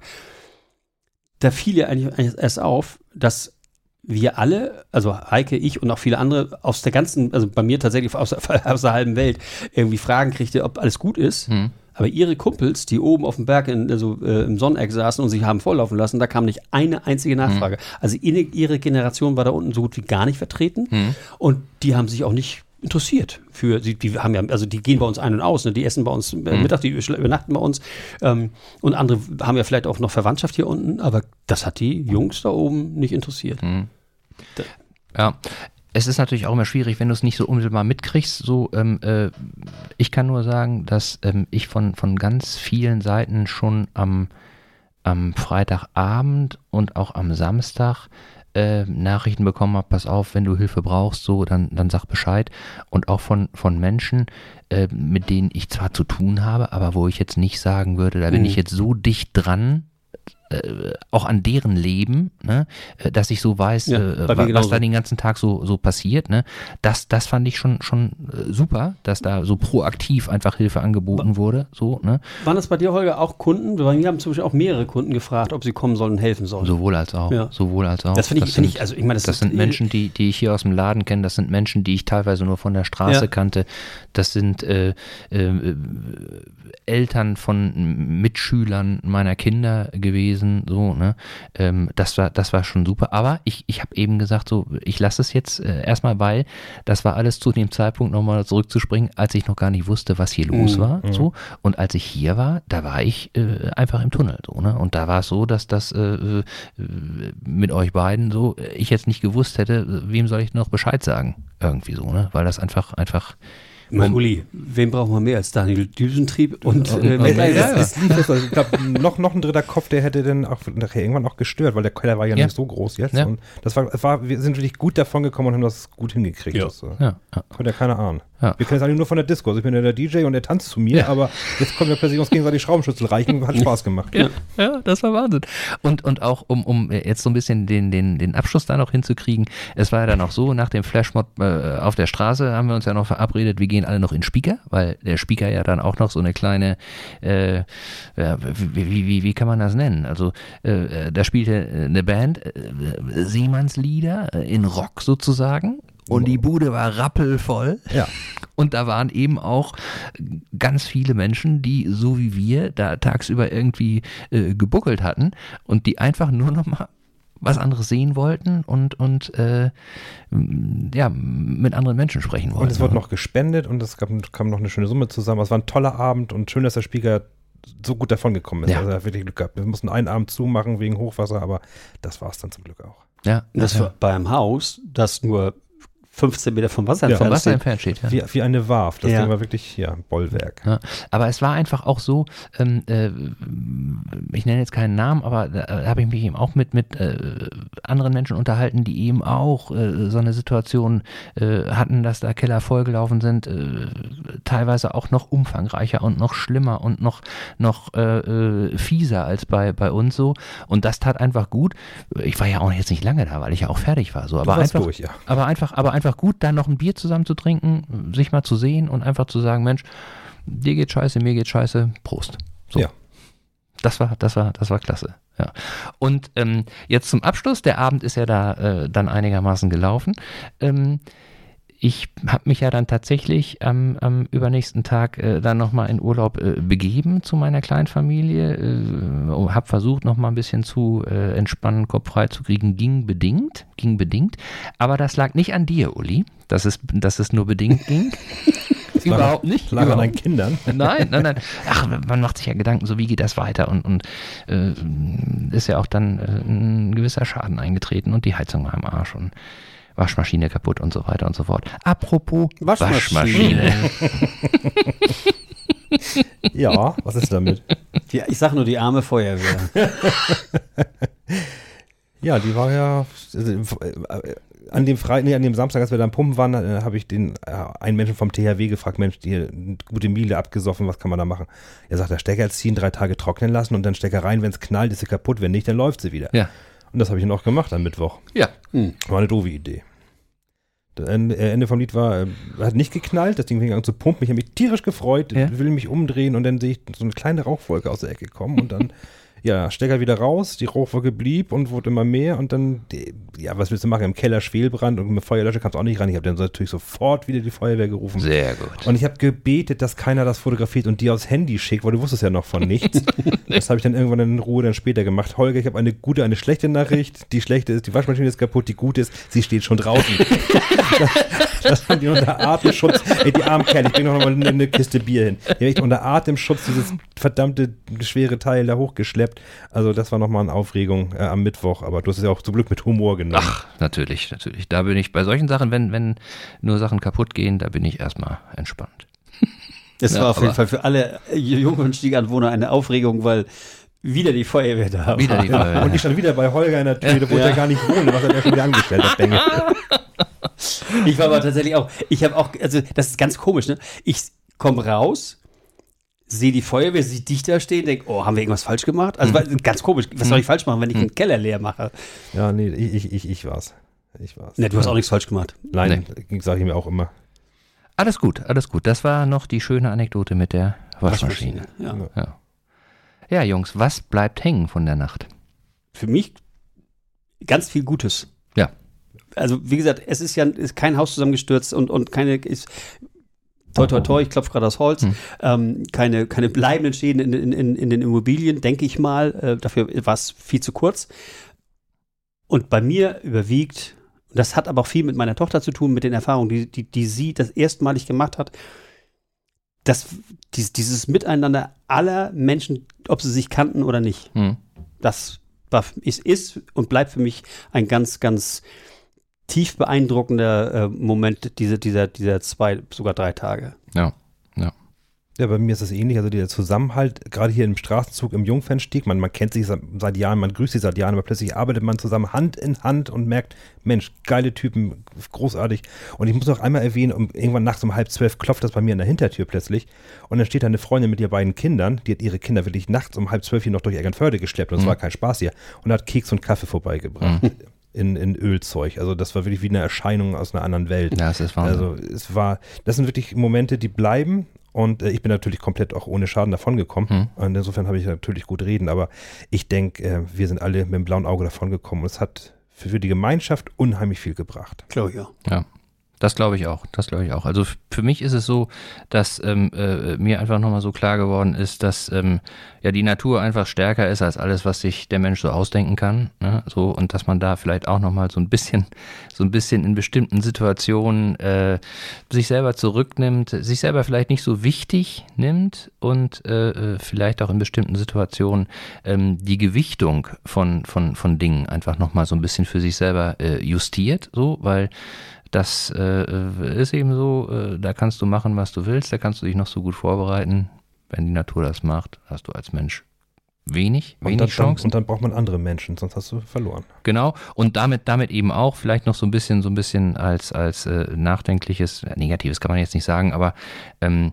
Da fiel ja eigentlich, eigentlich erst auf, dass wir alle, also Heike, ich und auch viele andere aus der ganzen, also bei mir tatsächlich aus, aus der halben Welt irgendwie Fragen kriegte, ob alles gut ist. Mhm. Aber ihre Kumpels, die oben auf dem Berg in, also, äh, im Sonneneck saßen und sich haben volllaufen lassen, da kam nicht eine einzige Nachfrage. Mhm. Also ihre, ihre Generation war da unten so gut wie gar nicht vertreten. Mhm. Und die haben sich auch nicht interessiert für, die, die haben ja, also die gehen bei uns ein und aus, ne? Die essen bei uns äh, mhm. Mittag, die übernachten bei uns. Ähm, und andere haben ja vielleicht auch noch Verwandtschaft hier unten, aber das hat die Jungs da oben nicht interessiert. Mhm. Ja. Es ist natürlich auch immer schwierig, wenn du es nicht so unmittelbar mitkriegst. So, ähm, äh, ich kann nur sagen, dass ähm, ich von, von ganz vielen Seiten schon am, am Freitagabend und auch am Samstag äh, Nachrichten bekommen habe, pass auf, wenn du Hilfe brauchst, so, dann, dann sag Bescheid. Und auch von, von Menschen, äh, mit denen ich zwar zu tun habe, aber wo ich jetzt nicht sagen würde, da bin mhm. ich jetzt so dicht dran, Äh, auch an deren Leben, ne, dass ich so weiß, ja, äh, was, was da den ganzen Tag so, so passiert. Ne, das, das fand ich schon, schon äh, super, dass da so proaktiv einfach Hilfe angeboten wurde. So, ne. Waren das bei dir, Holger, auch Kunden? Wir haben zum Beispiel auch mehrere Kunden gefragt, ob sie kommen sollen und helfen sollen. Sowohl als auch. Ja. Sowohl als auch. Das finde ich, find ich, also ich meine, das, das sind Menschen, die, die ich hier aus dem Laden kenne, das sind Menschen, die ich teilweise nur von der Straße ja. kannte. Das sind äh, äh, Eltern von Mitschülern meiner Kinder gewesen, so, ne, ähm, das war, das war schon super, aber ich, ich habe eben gesagt, so, ich lasse es jetzt äh, erstmal, weil das war alles zu dem Zeitpunkt nochmal zurückzuspringen, als ich noch gar nicht wusste, was hier los mhm. war, so, und als ich hier war, da war ich äh, einfach im Tunnel, so, ne, und da war es so, dass das äh, äh, mit euch beiden so, ich jetzt nicht gewusst hätte, wem soll ich noch Bescheid sagen, irgendwie so, ne, weil das einfach, einfach Mein Uli, wen brauchen wir mehr als Daniel Düsentrieb und äh, äh, äh, ja, ja. Ich glaube, noch, noch ein dritter Kopf, der hätte dann auch nachher irgendwann auch gestört, weil der Keller war ja, ja. nicht so groß jetzt. Ja. Und das war, war, wir sind wirklich gut davon gekommen und haben das gut hingekriegt. Ja. Das, äh, ja. Konnte ja keiner ahnen. Ja. Wir kennen es eigentlich nur von der Disco. Also ich bin ja der D J und der tanzt zu mir, ja. aber jetzt kommen wir plötzlich uns gegenseitig Schraubenschlüssel reichen. Hat Spaß gemacht. Ja, ja, das war Wahnsinn. Und, und auch, um, um jetzt so ein bisschen den, den, den Abschluss da noch hinzukriegen, es war ja dann auch so, nach dem Flashmob äh, auf der Straße haben wir uns ja noch verabredet, wir gehen alle noch in Speaker, weil der Speaker ja dann auch noch so eine kleine, äh, ja, wie, wie, wie, wie kann man das nennen? Also äh, da spielte eine Band, äh, Seemannslieder äh, in Rock sozusagen. Und die Bude war rappelvoll. Ja. Und da waren eben auch ganz viele Menschen, die so wie wir da tagsüber irgendwie äh, gebuckelt hatten und die einfach nur noch mal was anderes sehen wollten und, und äh, ja, mit anderen Menschen sprechen wollten. Und es wurde noch gespendet und es gab, kam noch eine schöne Summe zusammen. Es war ein toller Abend und schön, dass der Speaker so gut davon gekommen ist. Ja. Also er hat wirklich Glück gehabt. Wir mussten einen Abend zumachen wegen Hochwasser, aber das war es dann zum Glück auch. Ja, Das ja. war bei einem Haus, das nur fünfzehn Meter vom Wasser Ja, entfernt vom Wasser steht. entfernt steht. Ja. Wie, wie eine Warf. Das Ja. Ding war wirklich, ja, ein Bollwerk. Ja, aber es war einfach auch so, ähm, äh, ich nenne jetzt keinen Namen, aber da habe ich mich eben auch mit, mit äh, anderen Menschen unterhalten, die eben auch äh, so eine Situation äh, hatten, dass da Keller vollgelaufen sind, äh, teilweise auch noch umfangreicher und noch schlimmer und noch, noch äh, äh, fieser als bei, bei uns so. Und das tat einfach gut. Ich war ja auch jetzt nicht lange da, weil ich ja auch fertig war. So. Aber warst einfach, durch, ja. aber einfach, aber einfach gut, da noch ein Bier zusammen zu trinken, sich mal zu sehen und einfach zu sagen, Mensch, dir geht scheiße, mir geht scheiße, Prost. So. Ja. Das war, das war, das war klasse. Ja. Und ähm, jetzt zum Abschluss, der Abend ist ja da äh, dann einigermaßen gelaufen. Ähm, ich habe mich ja dann tatsächlich am, am übernächsten Tag äh, dann nochmal in Urlaub äh, begeben zu meiner kleinen Familie, äh, habe versucht nochmal ein bisschen zu äh, entspannen, Kopf frei zu kriegen, ging bedingt, ging bedingt, aber das lag nicht an dir, Uli, dass es, dass es nur bedingt ging. Überhaupt nicht. Lag an Überhaupt deinen Kindern. Nein, nein, nein. Ach, man macht sich ja Gedanken, so wie geht das weiter und, und äh, ist ja auch dann äh, ein gewisser Schaden eingetreten und die Heizung war im Arsch und Waschmaschine kaputt und so weiter und so fort. Apropos Waschmaschine. Waschmaschine. Ja, was ist damit? Die, ich sage nur die arme Feuerwehr. Ja, die war ja also, äh, an dem Freitag, nee, an dem Samstag, als wir da am Pumpen waren, äh, habe ich den äh, einen Menschen vom T H W gefragt, Mensch, die eine gute Miele abgesoffen, was kann man da machen? Er sagt, der Stecker ziehen, drei Tage trocknen lassen und dann Stecker rein, wenn es knallt, ist sie kaputt, wenn nicht, dann läuft sie wieder. Ja. Und das habe ich dann auch gemacht am Mittwoch. Ja. Hm. War eine doofe Idee. Das Ende, äh, Ende vom Lied war, äh, hat nicht geknallt, das Ding fing an zu pumpen, ich habe mich tierisch gefreut, Ja. will mich umdrehen und dann sehe ich so eine kleine Rauchwolke aus der Ecke kommen und dann ja, Stecker wieder raus, die Rauchwolke blieb und wurde immer mehr und dann, die, ja, was willst du machen? Im Keller Schwelbrand und mit Feuerlöscher kamst du auch nicht ran. Ich habe dann so natürlich sofort wieder die Feuerwehr gerufen. Sehr gut. Und ich habe gebetet, dass keiner das fotografiert und dir aufs Handy schickt, weil du wusstest ja noch von nichts. Das habe ich dann irgendwann in Ruhe dann später gemacht. Holger, ich habe eine gute, eine schlechte Nachricht. Die schlechte ist, die Waschmaschine ist kaputt, die gute ist, sie steht schon draußen. das, das haben die unter Atemschutz, ey, die armen Kerle, ich bringe noch mal eine, eine Kiste Bier hin. Die haben echt unter Atemschutz dieses verdammte schwere Teil da hochgeschleppt. Also das war nochmal eine Aufregung äh, am Mittwoch, aber du hast es ja auch zum Glück mit Humor genommen. Ach, natürlich, natürlich. Da bin ich bei solchen Sachen, wenn, wenn nur Sachen kaputt gehen, da bin ich erstmal entspannt. Das Ja, war auf jeden aber- Fall für alle Jungfernstieganwohner eine Aufregung, weil wieder die Feuerwehr da war. Wieder die Feuerwehr. Und ich stand wieder bei Holger in der Tür, wo Ja. der gar nicht wohnt, was hat er schon wieder angestellt, das Bengel. Ich war aber tatsächlich auch, ich habe auch, also das ist ganz komisch, ne? Ich komme raus, sehe die Feuerwehr, sehe dich da stehen, denke, oh, haben wir irgendwas falsch gemacht? Also war ganz komisch, was soll ich falsch machen, wenn ich den Keller leer mache? Ja, nee, ich, ich, ich, ich war's. Ich war's. Ne, du hast auch nichts falsch gemacht. Nein, sage ich mir auch immer. Alles gut, alles gut. Das war noch die schöne Anekdote mit der Waschmaschine. Ja. Ja. Ja, Jungs, was bleibt hängen von der Nacht? Für mich ganz viel Gutes. Ja. Also, wie gesagt, es ist ja ist kein Haus zusammengestürzt und, und keine, ist, toi, toi, toi, ich klopfe gerade das Holz, Hm. ähm, keine, keine bleibenden Schäden in, in, in, in den Immobilien, denke ich mal. Äh, dafür war es viel zu kurz. Und bei mir überwiegt, und das hat aber auch viel mit meiner Tochter zu tun, mit den Erfahrungen, die, die, die sie das erstmalig gemacht hat, dass dies, dieses Miteinander aller Menschen, ob sie sich kannten oder nicht, Hm. das war, ist, ist und bleibt für mich ein ganz, ganz tief beeindruckender äh, Moment diese, dieser, dieser zwei, sogar drei Tage. Ja, ja. Ja, bei mir ist das ähnlich. Also der Zusammenhalt, gerade hier im Straßenzug im Jungfernstieg, man, man kennt sich seit, seit Jahren, man grüßt sich seit Jahren, aber plötzlich arbeitet man zusammen Hand in Hand und merkt, Mensch, geile Typen, großartig. Und ich muss noch einmal erwähnen, um, irgendwann nachts um halb zwölf klopft das bei mir an der Hintertür plötzlich und dann steht da eine Freundin mit ihren beiden Kindern, die hat ihre Kinder wirklich nachts um halb zwölf hier noch durch Eckernförde geschleppt und es Mhm. war kein Spaß hier und hat Keks und Kaffee vorbeigebracht. Mhm. In, in Ölzeug. Also das war wirklich wie eine Erscheinung aus einer anderen Welt. Ja, es ist Wahnsinn. Also es war, das sind wirklich Momente, die bleiben und äh, ich bin natürlich komplett auch ohne Schaden davongekommen. Hm. Und insofern habe ich natürlich gut reden, aber ich denke, äh, wir sind alle mit dem blauen Auge davongekommen und es hat für, für die Gemeinschaft unheimlich viel gebracht. Glaube ich, ja. Ja, Das glaube ich auch, das glaube ich auch. Also f- für mich ist es so, dass ähm, äh, mir einfach nochmal so klar geworden ist, dass ähm, ja die Natur einfach stärker ist als alles, was sich der Mensch so ausdenken kann. Ne? So, und dass man da vielleicht auch nochmal so ein bisschen, so ein bisschen in bestimmten Situationen äh, sich selber zurücknimmt, sich selber vielleicht nicht so wichtig nimmt und äh, vielleicht auch in bestimmten Situationen ähm, die Gewichtung von, von, von Dingen einfach nochmal so ein bisschen für sich selber äh, justiert, so, weil das äh, ist eben so, äh, da kannst du machen, was du willst, da kannst du dich noch so gut vorbereiten. Wenn die Natur das macht, hast du als Mensch wenig, Und wenig dann, Chancen. und dann braucht man andere Menschen, sonst hast du verloren. Genau, und damit, damit eben auch vielleicht noch so ein bisschen, so ein bisschen als, als äh, nachdenkliches, äh, negatives kann man jetzt nicht sagen, aber ähm,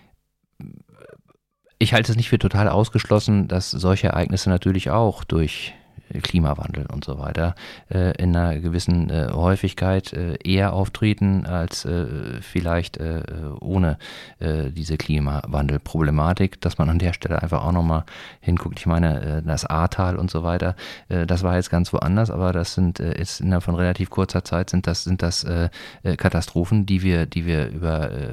ich halte es nicht für total ausgeschlossen, dass solche Ereignisse natürlich auch durch Klimawandel und so weiter äh, in einer gewissen äh, Häufigkeit äh, eher auftreten als äh, vielleicht äh, ohne äh, diese Klimawandelproblematik, dass man an der Stelle einfach auch nochmal hinguckt. Ich meine, äh, das Ahrtal und so weiter, äh, das war jetzt ganz woanders, aber das sind äh, jetzt innerhalb von relativ kurzer Zeit sind das, sind das äh, Katastrophen, die wir, die wir über äh,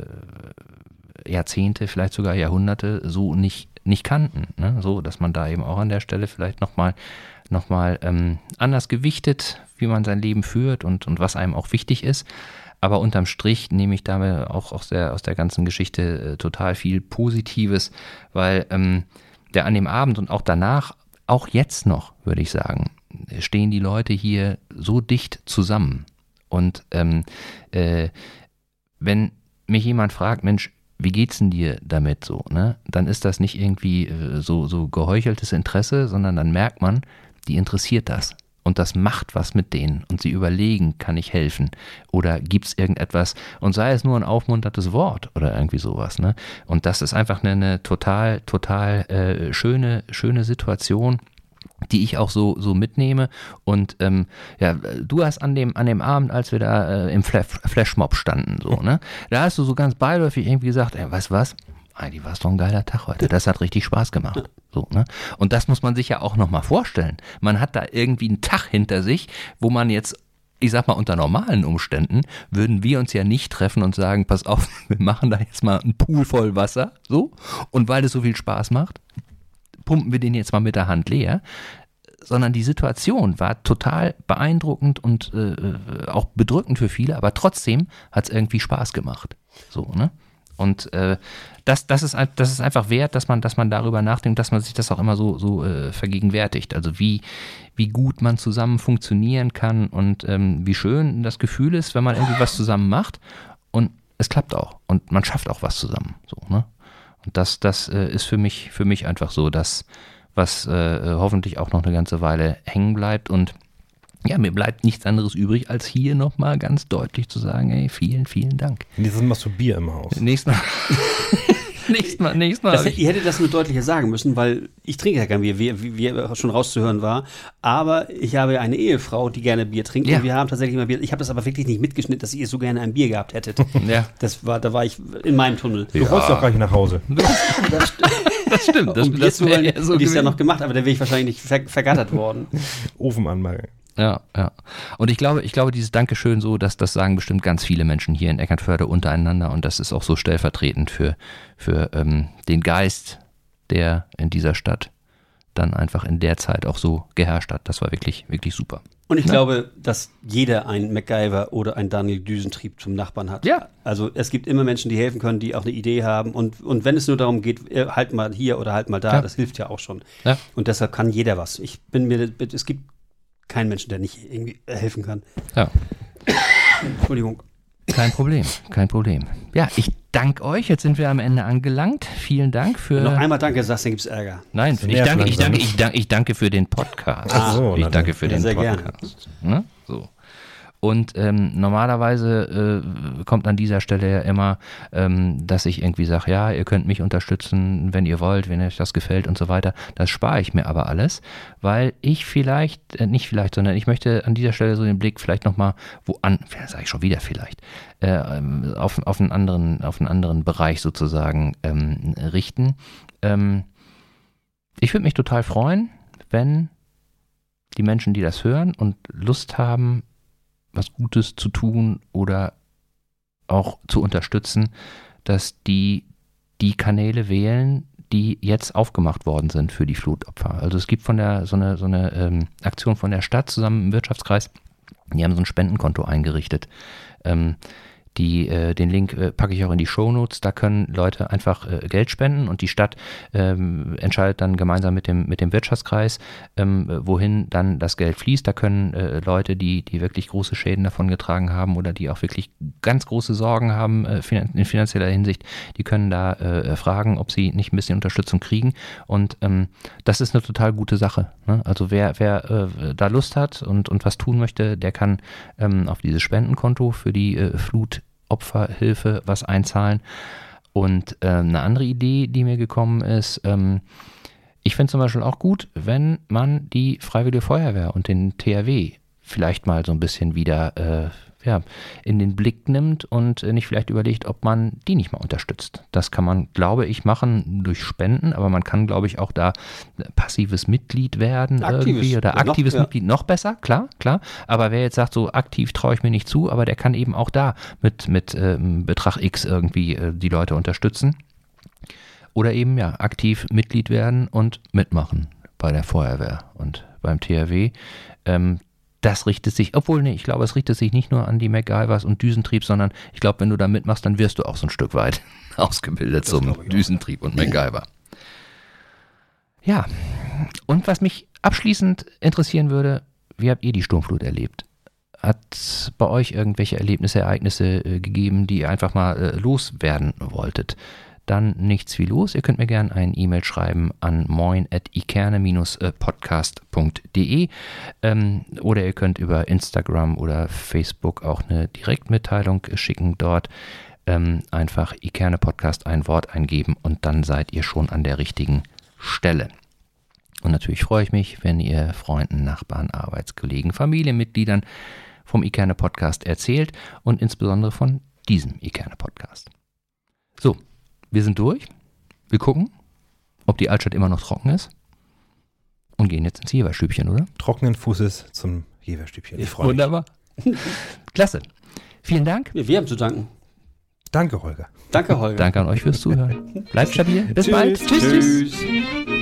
Jahrzehnte, vielleicht sogar Jahrhunderte so nicht, nicht kannten. Ne? So, dass man da eben auch an der Stelle vielleicht nochmal noch mal, ähm, anders gewichtet, wie man sein Leben führt und, und was einem auch wichtig ist. Aber unterm Strich nehme ich da auch aus der, aus der ganzen Geschichte äh, total viel Positives, weil ähm, der an dem Abend und auch danach, auch jetzt noch, würde ich sagen, stehen die Leute hier so dicht zusammen. Und ähm, äh, wenn mich jemand fragt, Mensch, wie geht's denn dir damit so, ne? Dann ist das nicht irgendwie äh, so, so geheucheltes Interesse, sondern dann merkt man, die interessiert das. Und das macht was mit denen. Und sie überlegen, kann ich helfen? Oder gibt's irgendetwas? Und sei es nur ein aufmunterndes Wort oder irgendwie sowas, ne? Und das ist einfach eine, eine total, total äh, schöne, schöne Situation, die ich auch so, so mitnehme. Und ähm, ja, du hast an dem, an dem Abend, als wir da äh, im Flash, Flashmob standen, so, ne, da hast du so ganz beiläufig irgendwie gesagt, ey, weißt du was? Eigentlich war es doch ein geiler Tag heute. Das hat richtig Spaß gemacht. So, ne? Und das muss man sich ja auch nochmal vorstellen. Man hat da irgendwie einen Tag hinter sich, wo man jetzt, ich sag mal, unter normalen Umständen würden wir uns ja nicht treffen und sagen, pass auf, wir machen da jetzt mal einen Pool voll Wasser, so, und weil es so viel Spaß macht, pumpen wir den jetzt mal mit der Hand leer, sondern die Situation war total beeindruckend und äh, auch bedrückend für viele, aber trotzdem hat es irgendwie Spaß gemacht. So, ne? Und äh, das, das, ist, das ist einfach wert, dass man, dass man darüber nachdenkt, dass man sich das auch immer so, so äh, vergegenwärtigt. Also wie, wie gut man zusammen funktionieren kann und ähm, wie schön das Gefühl ist, wenn man irgendwie was zusammen macht und es klappt auch und man schafft auch was zusammen. So, ne? Und das, das äh, ist für mich, für mich einfach so, dass was äh, hoffentlich auch noch eine ganze Weile hängen bleibt. Und ja, mir bleibt nichts anderes übrig, als hier nochmal ganz deutlich zu sagen, ey, vielen, vielen Dank. Nächstes Mal machst du Bier im Haus. Nächstes Mal. Nächstes Mal, nächstes Mal. Das, ihr hättet das nur deutlicher sagen müssen, weil ich trinke ja gern Bier, wie, wie, wie schon rauszuhören war. Aber ich habe ja eine Ehefrau, die gerne Bier trinkt. Ja. Und wir haben tatsächlich mal Bier. Ich habe das aber wirklich nicht mitgeschnitten, dass ihr so gerne ein Bier gehabt hättet. Ja. Das war, da war ich in meinem Tunnel. Du wolltest doch gar nicht nach Hause. Das, st Das stimmt. Das, um Bier das zu holen, wäre so und die ist ja gewesen. noch gemacht, aber der wäre ich wahrscheinlich nicht ver vergattert worden. Ofen anmachen. Ja, ja. Und ich glaube, ich glaube, dieses Dankeschön so, dass das sagen bestimmt ganz viele Menschen hier in Eckernförde untereinander und das ist auch so stellvertretend für, für ähm, den Geist, der in dieser Stadt dann einfach in der Zeit auch so geherrscht hat. Das war wirklich, wirklich super. Und ich Ja. glaube, dass jeder einen MacGyver oder einen Daniel Düsentrieb zum Nachbarn hat. Ja. Also es gibt immer Menschen, die helfen können, die auch eine Idee haben. Und, und wenn es nur darum geht, äh, halt mal hier oder halt mal da, Ja. das hilft ja auch schon. Ja. Und deshalb kann jeder was. Ich bin mir, es gibt keinen Menschen, der nicht irgendwie helfen kann. Ja. Entschuldigung. Kein Problem, kein Problem. Ja, ich danke euch. Jetzt sind wir am Ende angelangt. Vielen Dank für. Noch einmal danke, sagst, dann gibt es Ärger. Nein, Das ich nervt danke, ich, langsam. danke, ich, danke, ich danke für den Podcast. Ach so, ich na danke dann. für Ja, den sehr gerne. Podcast. Ne? So. Und ähm, normalerweise äh, kommt an dieser Stelle ja immer, ähm, dass ich irgendwie sage, ja, ihr könnt mich unterstützen, wenn ihr wollt, wenn euch das gefällt und so weiter. Das spare ich mir aber alles, weil ich vielleicht, äh, nicht vielleicht, sondern ich möchte an dieser Stelle so den Blick vielleicht nochmal wo an, sage ich schon wieder vielleicht, äh, auf, auf, einen anderen, auf einen anderen Bereich sozusagen ähm, richten. Ähm, ich würde mich total freuen, wenn die Menschen, die das hören und Lust haben, was Gutes zu tun oder auch zu unterstützen, dass die die Kanäle wählen, die jetzt aufgemacht worden sind für die Flutopfer. Also es gibt von der so eine, so eine ähm, Aktion von der Stadt zusammen im Wirtschaftskreis, die haben so ein Spendenkonto eingerichtet. Ähm, Die, äh, den Link äh, packe ich auch in die Shownotes. Da können Leute einfach äh, Geld spenden und die Stadt ähm, entscheidet dann gemeinsam mit dem, mit dem Wirtschaftskreis, ähm, wohin dann das Geld fließt. Da können äh, Leute, die, die wirklich große Schäden davon getragen haben oder die auch wirklich ganz große Sorgen haben äh, in finanzieller Hinsicht, die können da äh, fragen, ob sie nicht ein bisschen Unterstützung kriegen. Und ähm, das ist eine total gute Sache. Ne? Also wer, wer äh, da Lust hat und, und was tun möchte, der kann ähm, auf dieses Spendenkonto für die äh, Flut Opferhilfe was einzahlen. Und äh, eine andere Idee, die mir gekommen ist, ähm, ich finde zum Beispiel auch gut, wenn man die Freiwillige Feuerwehr und den T H W vielleicht mal so ein bisschen wieder äh, ja, in den Blick nimmt und äh, nicht vielleicht überlegt, ob man die nicht mal unterstützt. Das kann man, glaube ich, machen durch Spenden, aber man kann, glaube ich, auch da passives Mitglied werden Aktives, irgendwie oder noch, aktives ja. Mitglied, noch besser, klar, klar. Aber wer jetzt sagt, so aktiv traue ich mir nicht zu, aber der kann eben auch da mit, mit ähm, Betrag X irgendwie äh, die Leute unterstützen. Oder eben ja aktiv Mitglied werden und mitmachen bei der Feuerwehr und beim T H W. Ähm, Das richtet sich, obwohl, nee, ich glaube, es richtet sich nicht nur an die MacGyvers und Düsentrieb, sondern ich glaube, wenn du da mitmachst, dann wirst du auch so ein Stück weit ausgebildet Das zum Düsentrieb und MacGyver. Ja, und was mich abschließend interessieren würde, wie habt ihr die Sturmflut erlebt? Hat bei euch irgendwelche Erlebnisse, Ereignisse äh, gegeben, die ihr einfach mal äh, loswerden wolltet? Dann nichts wie los. Ihr könnt mir gerne eine E-Mail schreiben an moin at ikerne podcast punkt de ähm, oder ihr könnt über Instagram oder Facebook auch eine Direktmitteilung schicken. Dort ähm, einfach Ikerne Podcast ein Wort eingeben und dann seid ihr schon an der richtigen Stelle. Und natürlich freue ich mich, wenn ihr Freunden, Nachbarn, Arbeitskollegen, Familienmitgliedern vom Ikerne Podcast erzählt und insbesondere von diesem Ikerne Podcast. So. Wir sind durch. Wir gucken, ob die Altstadt immer noch trocken ist. Und gehen jetzt ins Jeverstübchen, oder? Trockenen Fußes zum Jeverstübchen. Ich freue mich. Wunderbar. Klasse. Vielen Dank. Wir, wir haben zu danken. Danke, Holger. Danke, Holger. Danke an euch fürs Zuhören. Bleibt stabil. Bis Tschüss. bald. Tschüss, tschüss. Tschüss.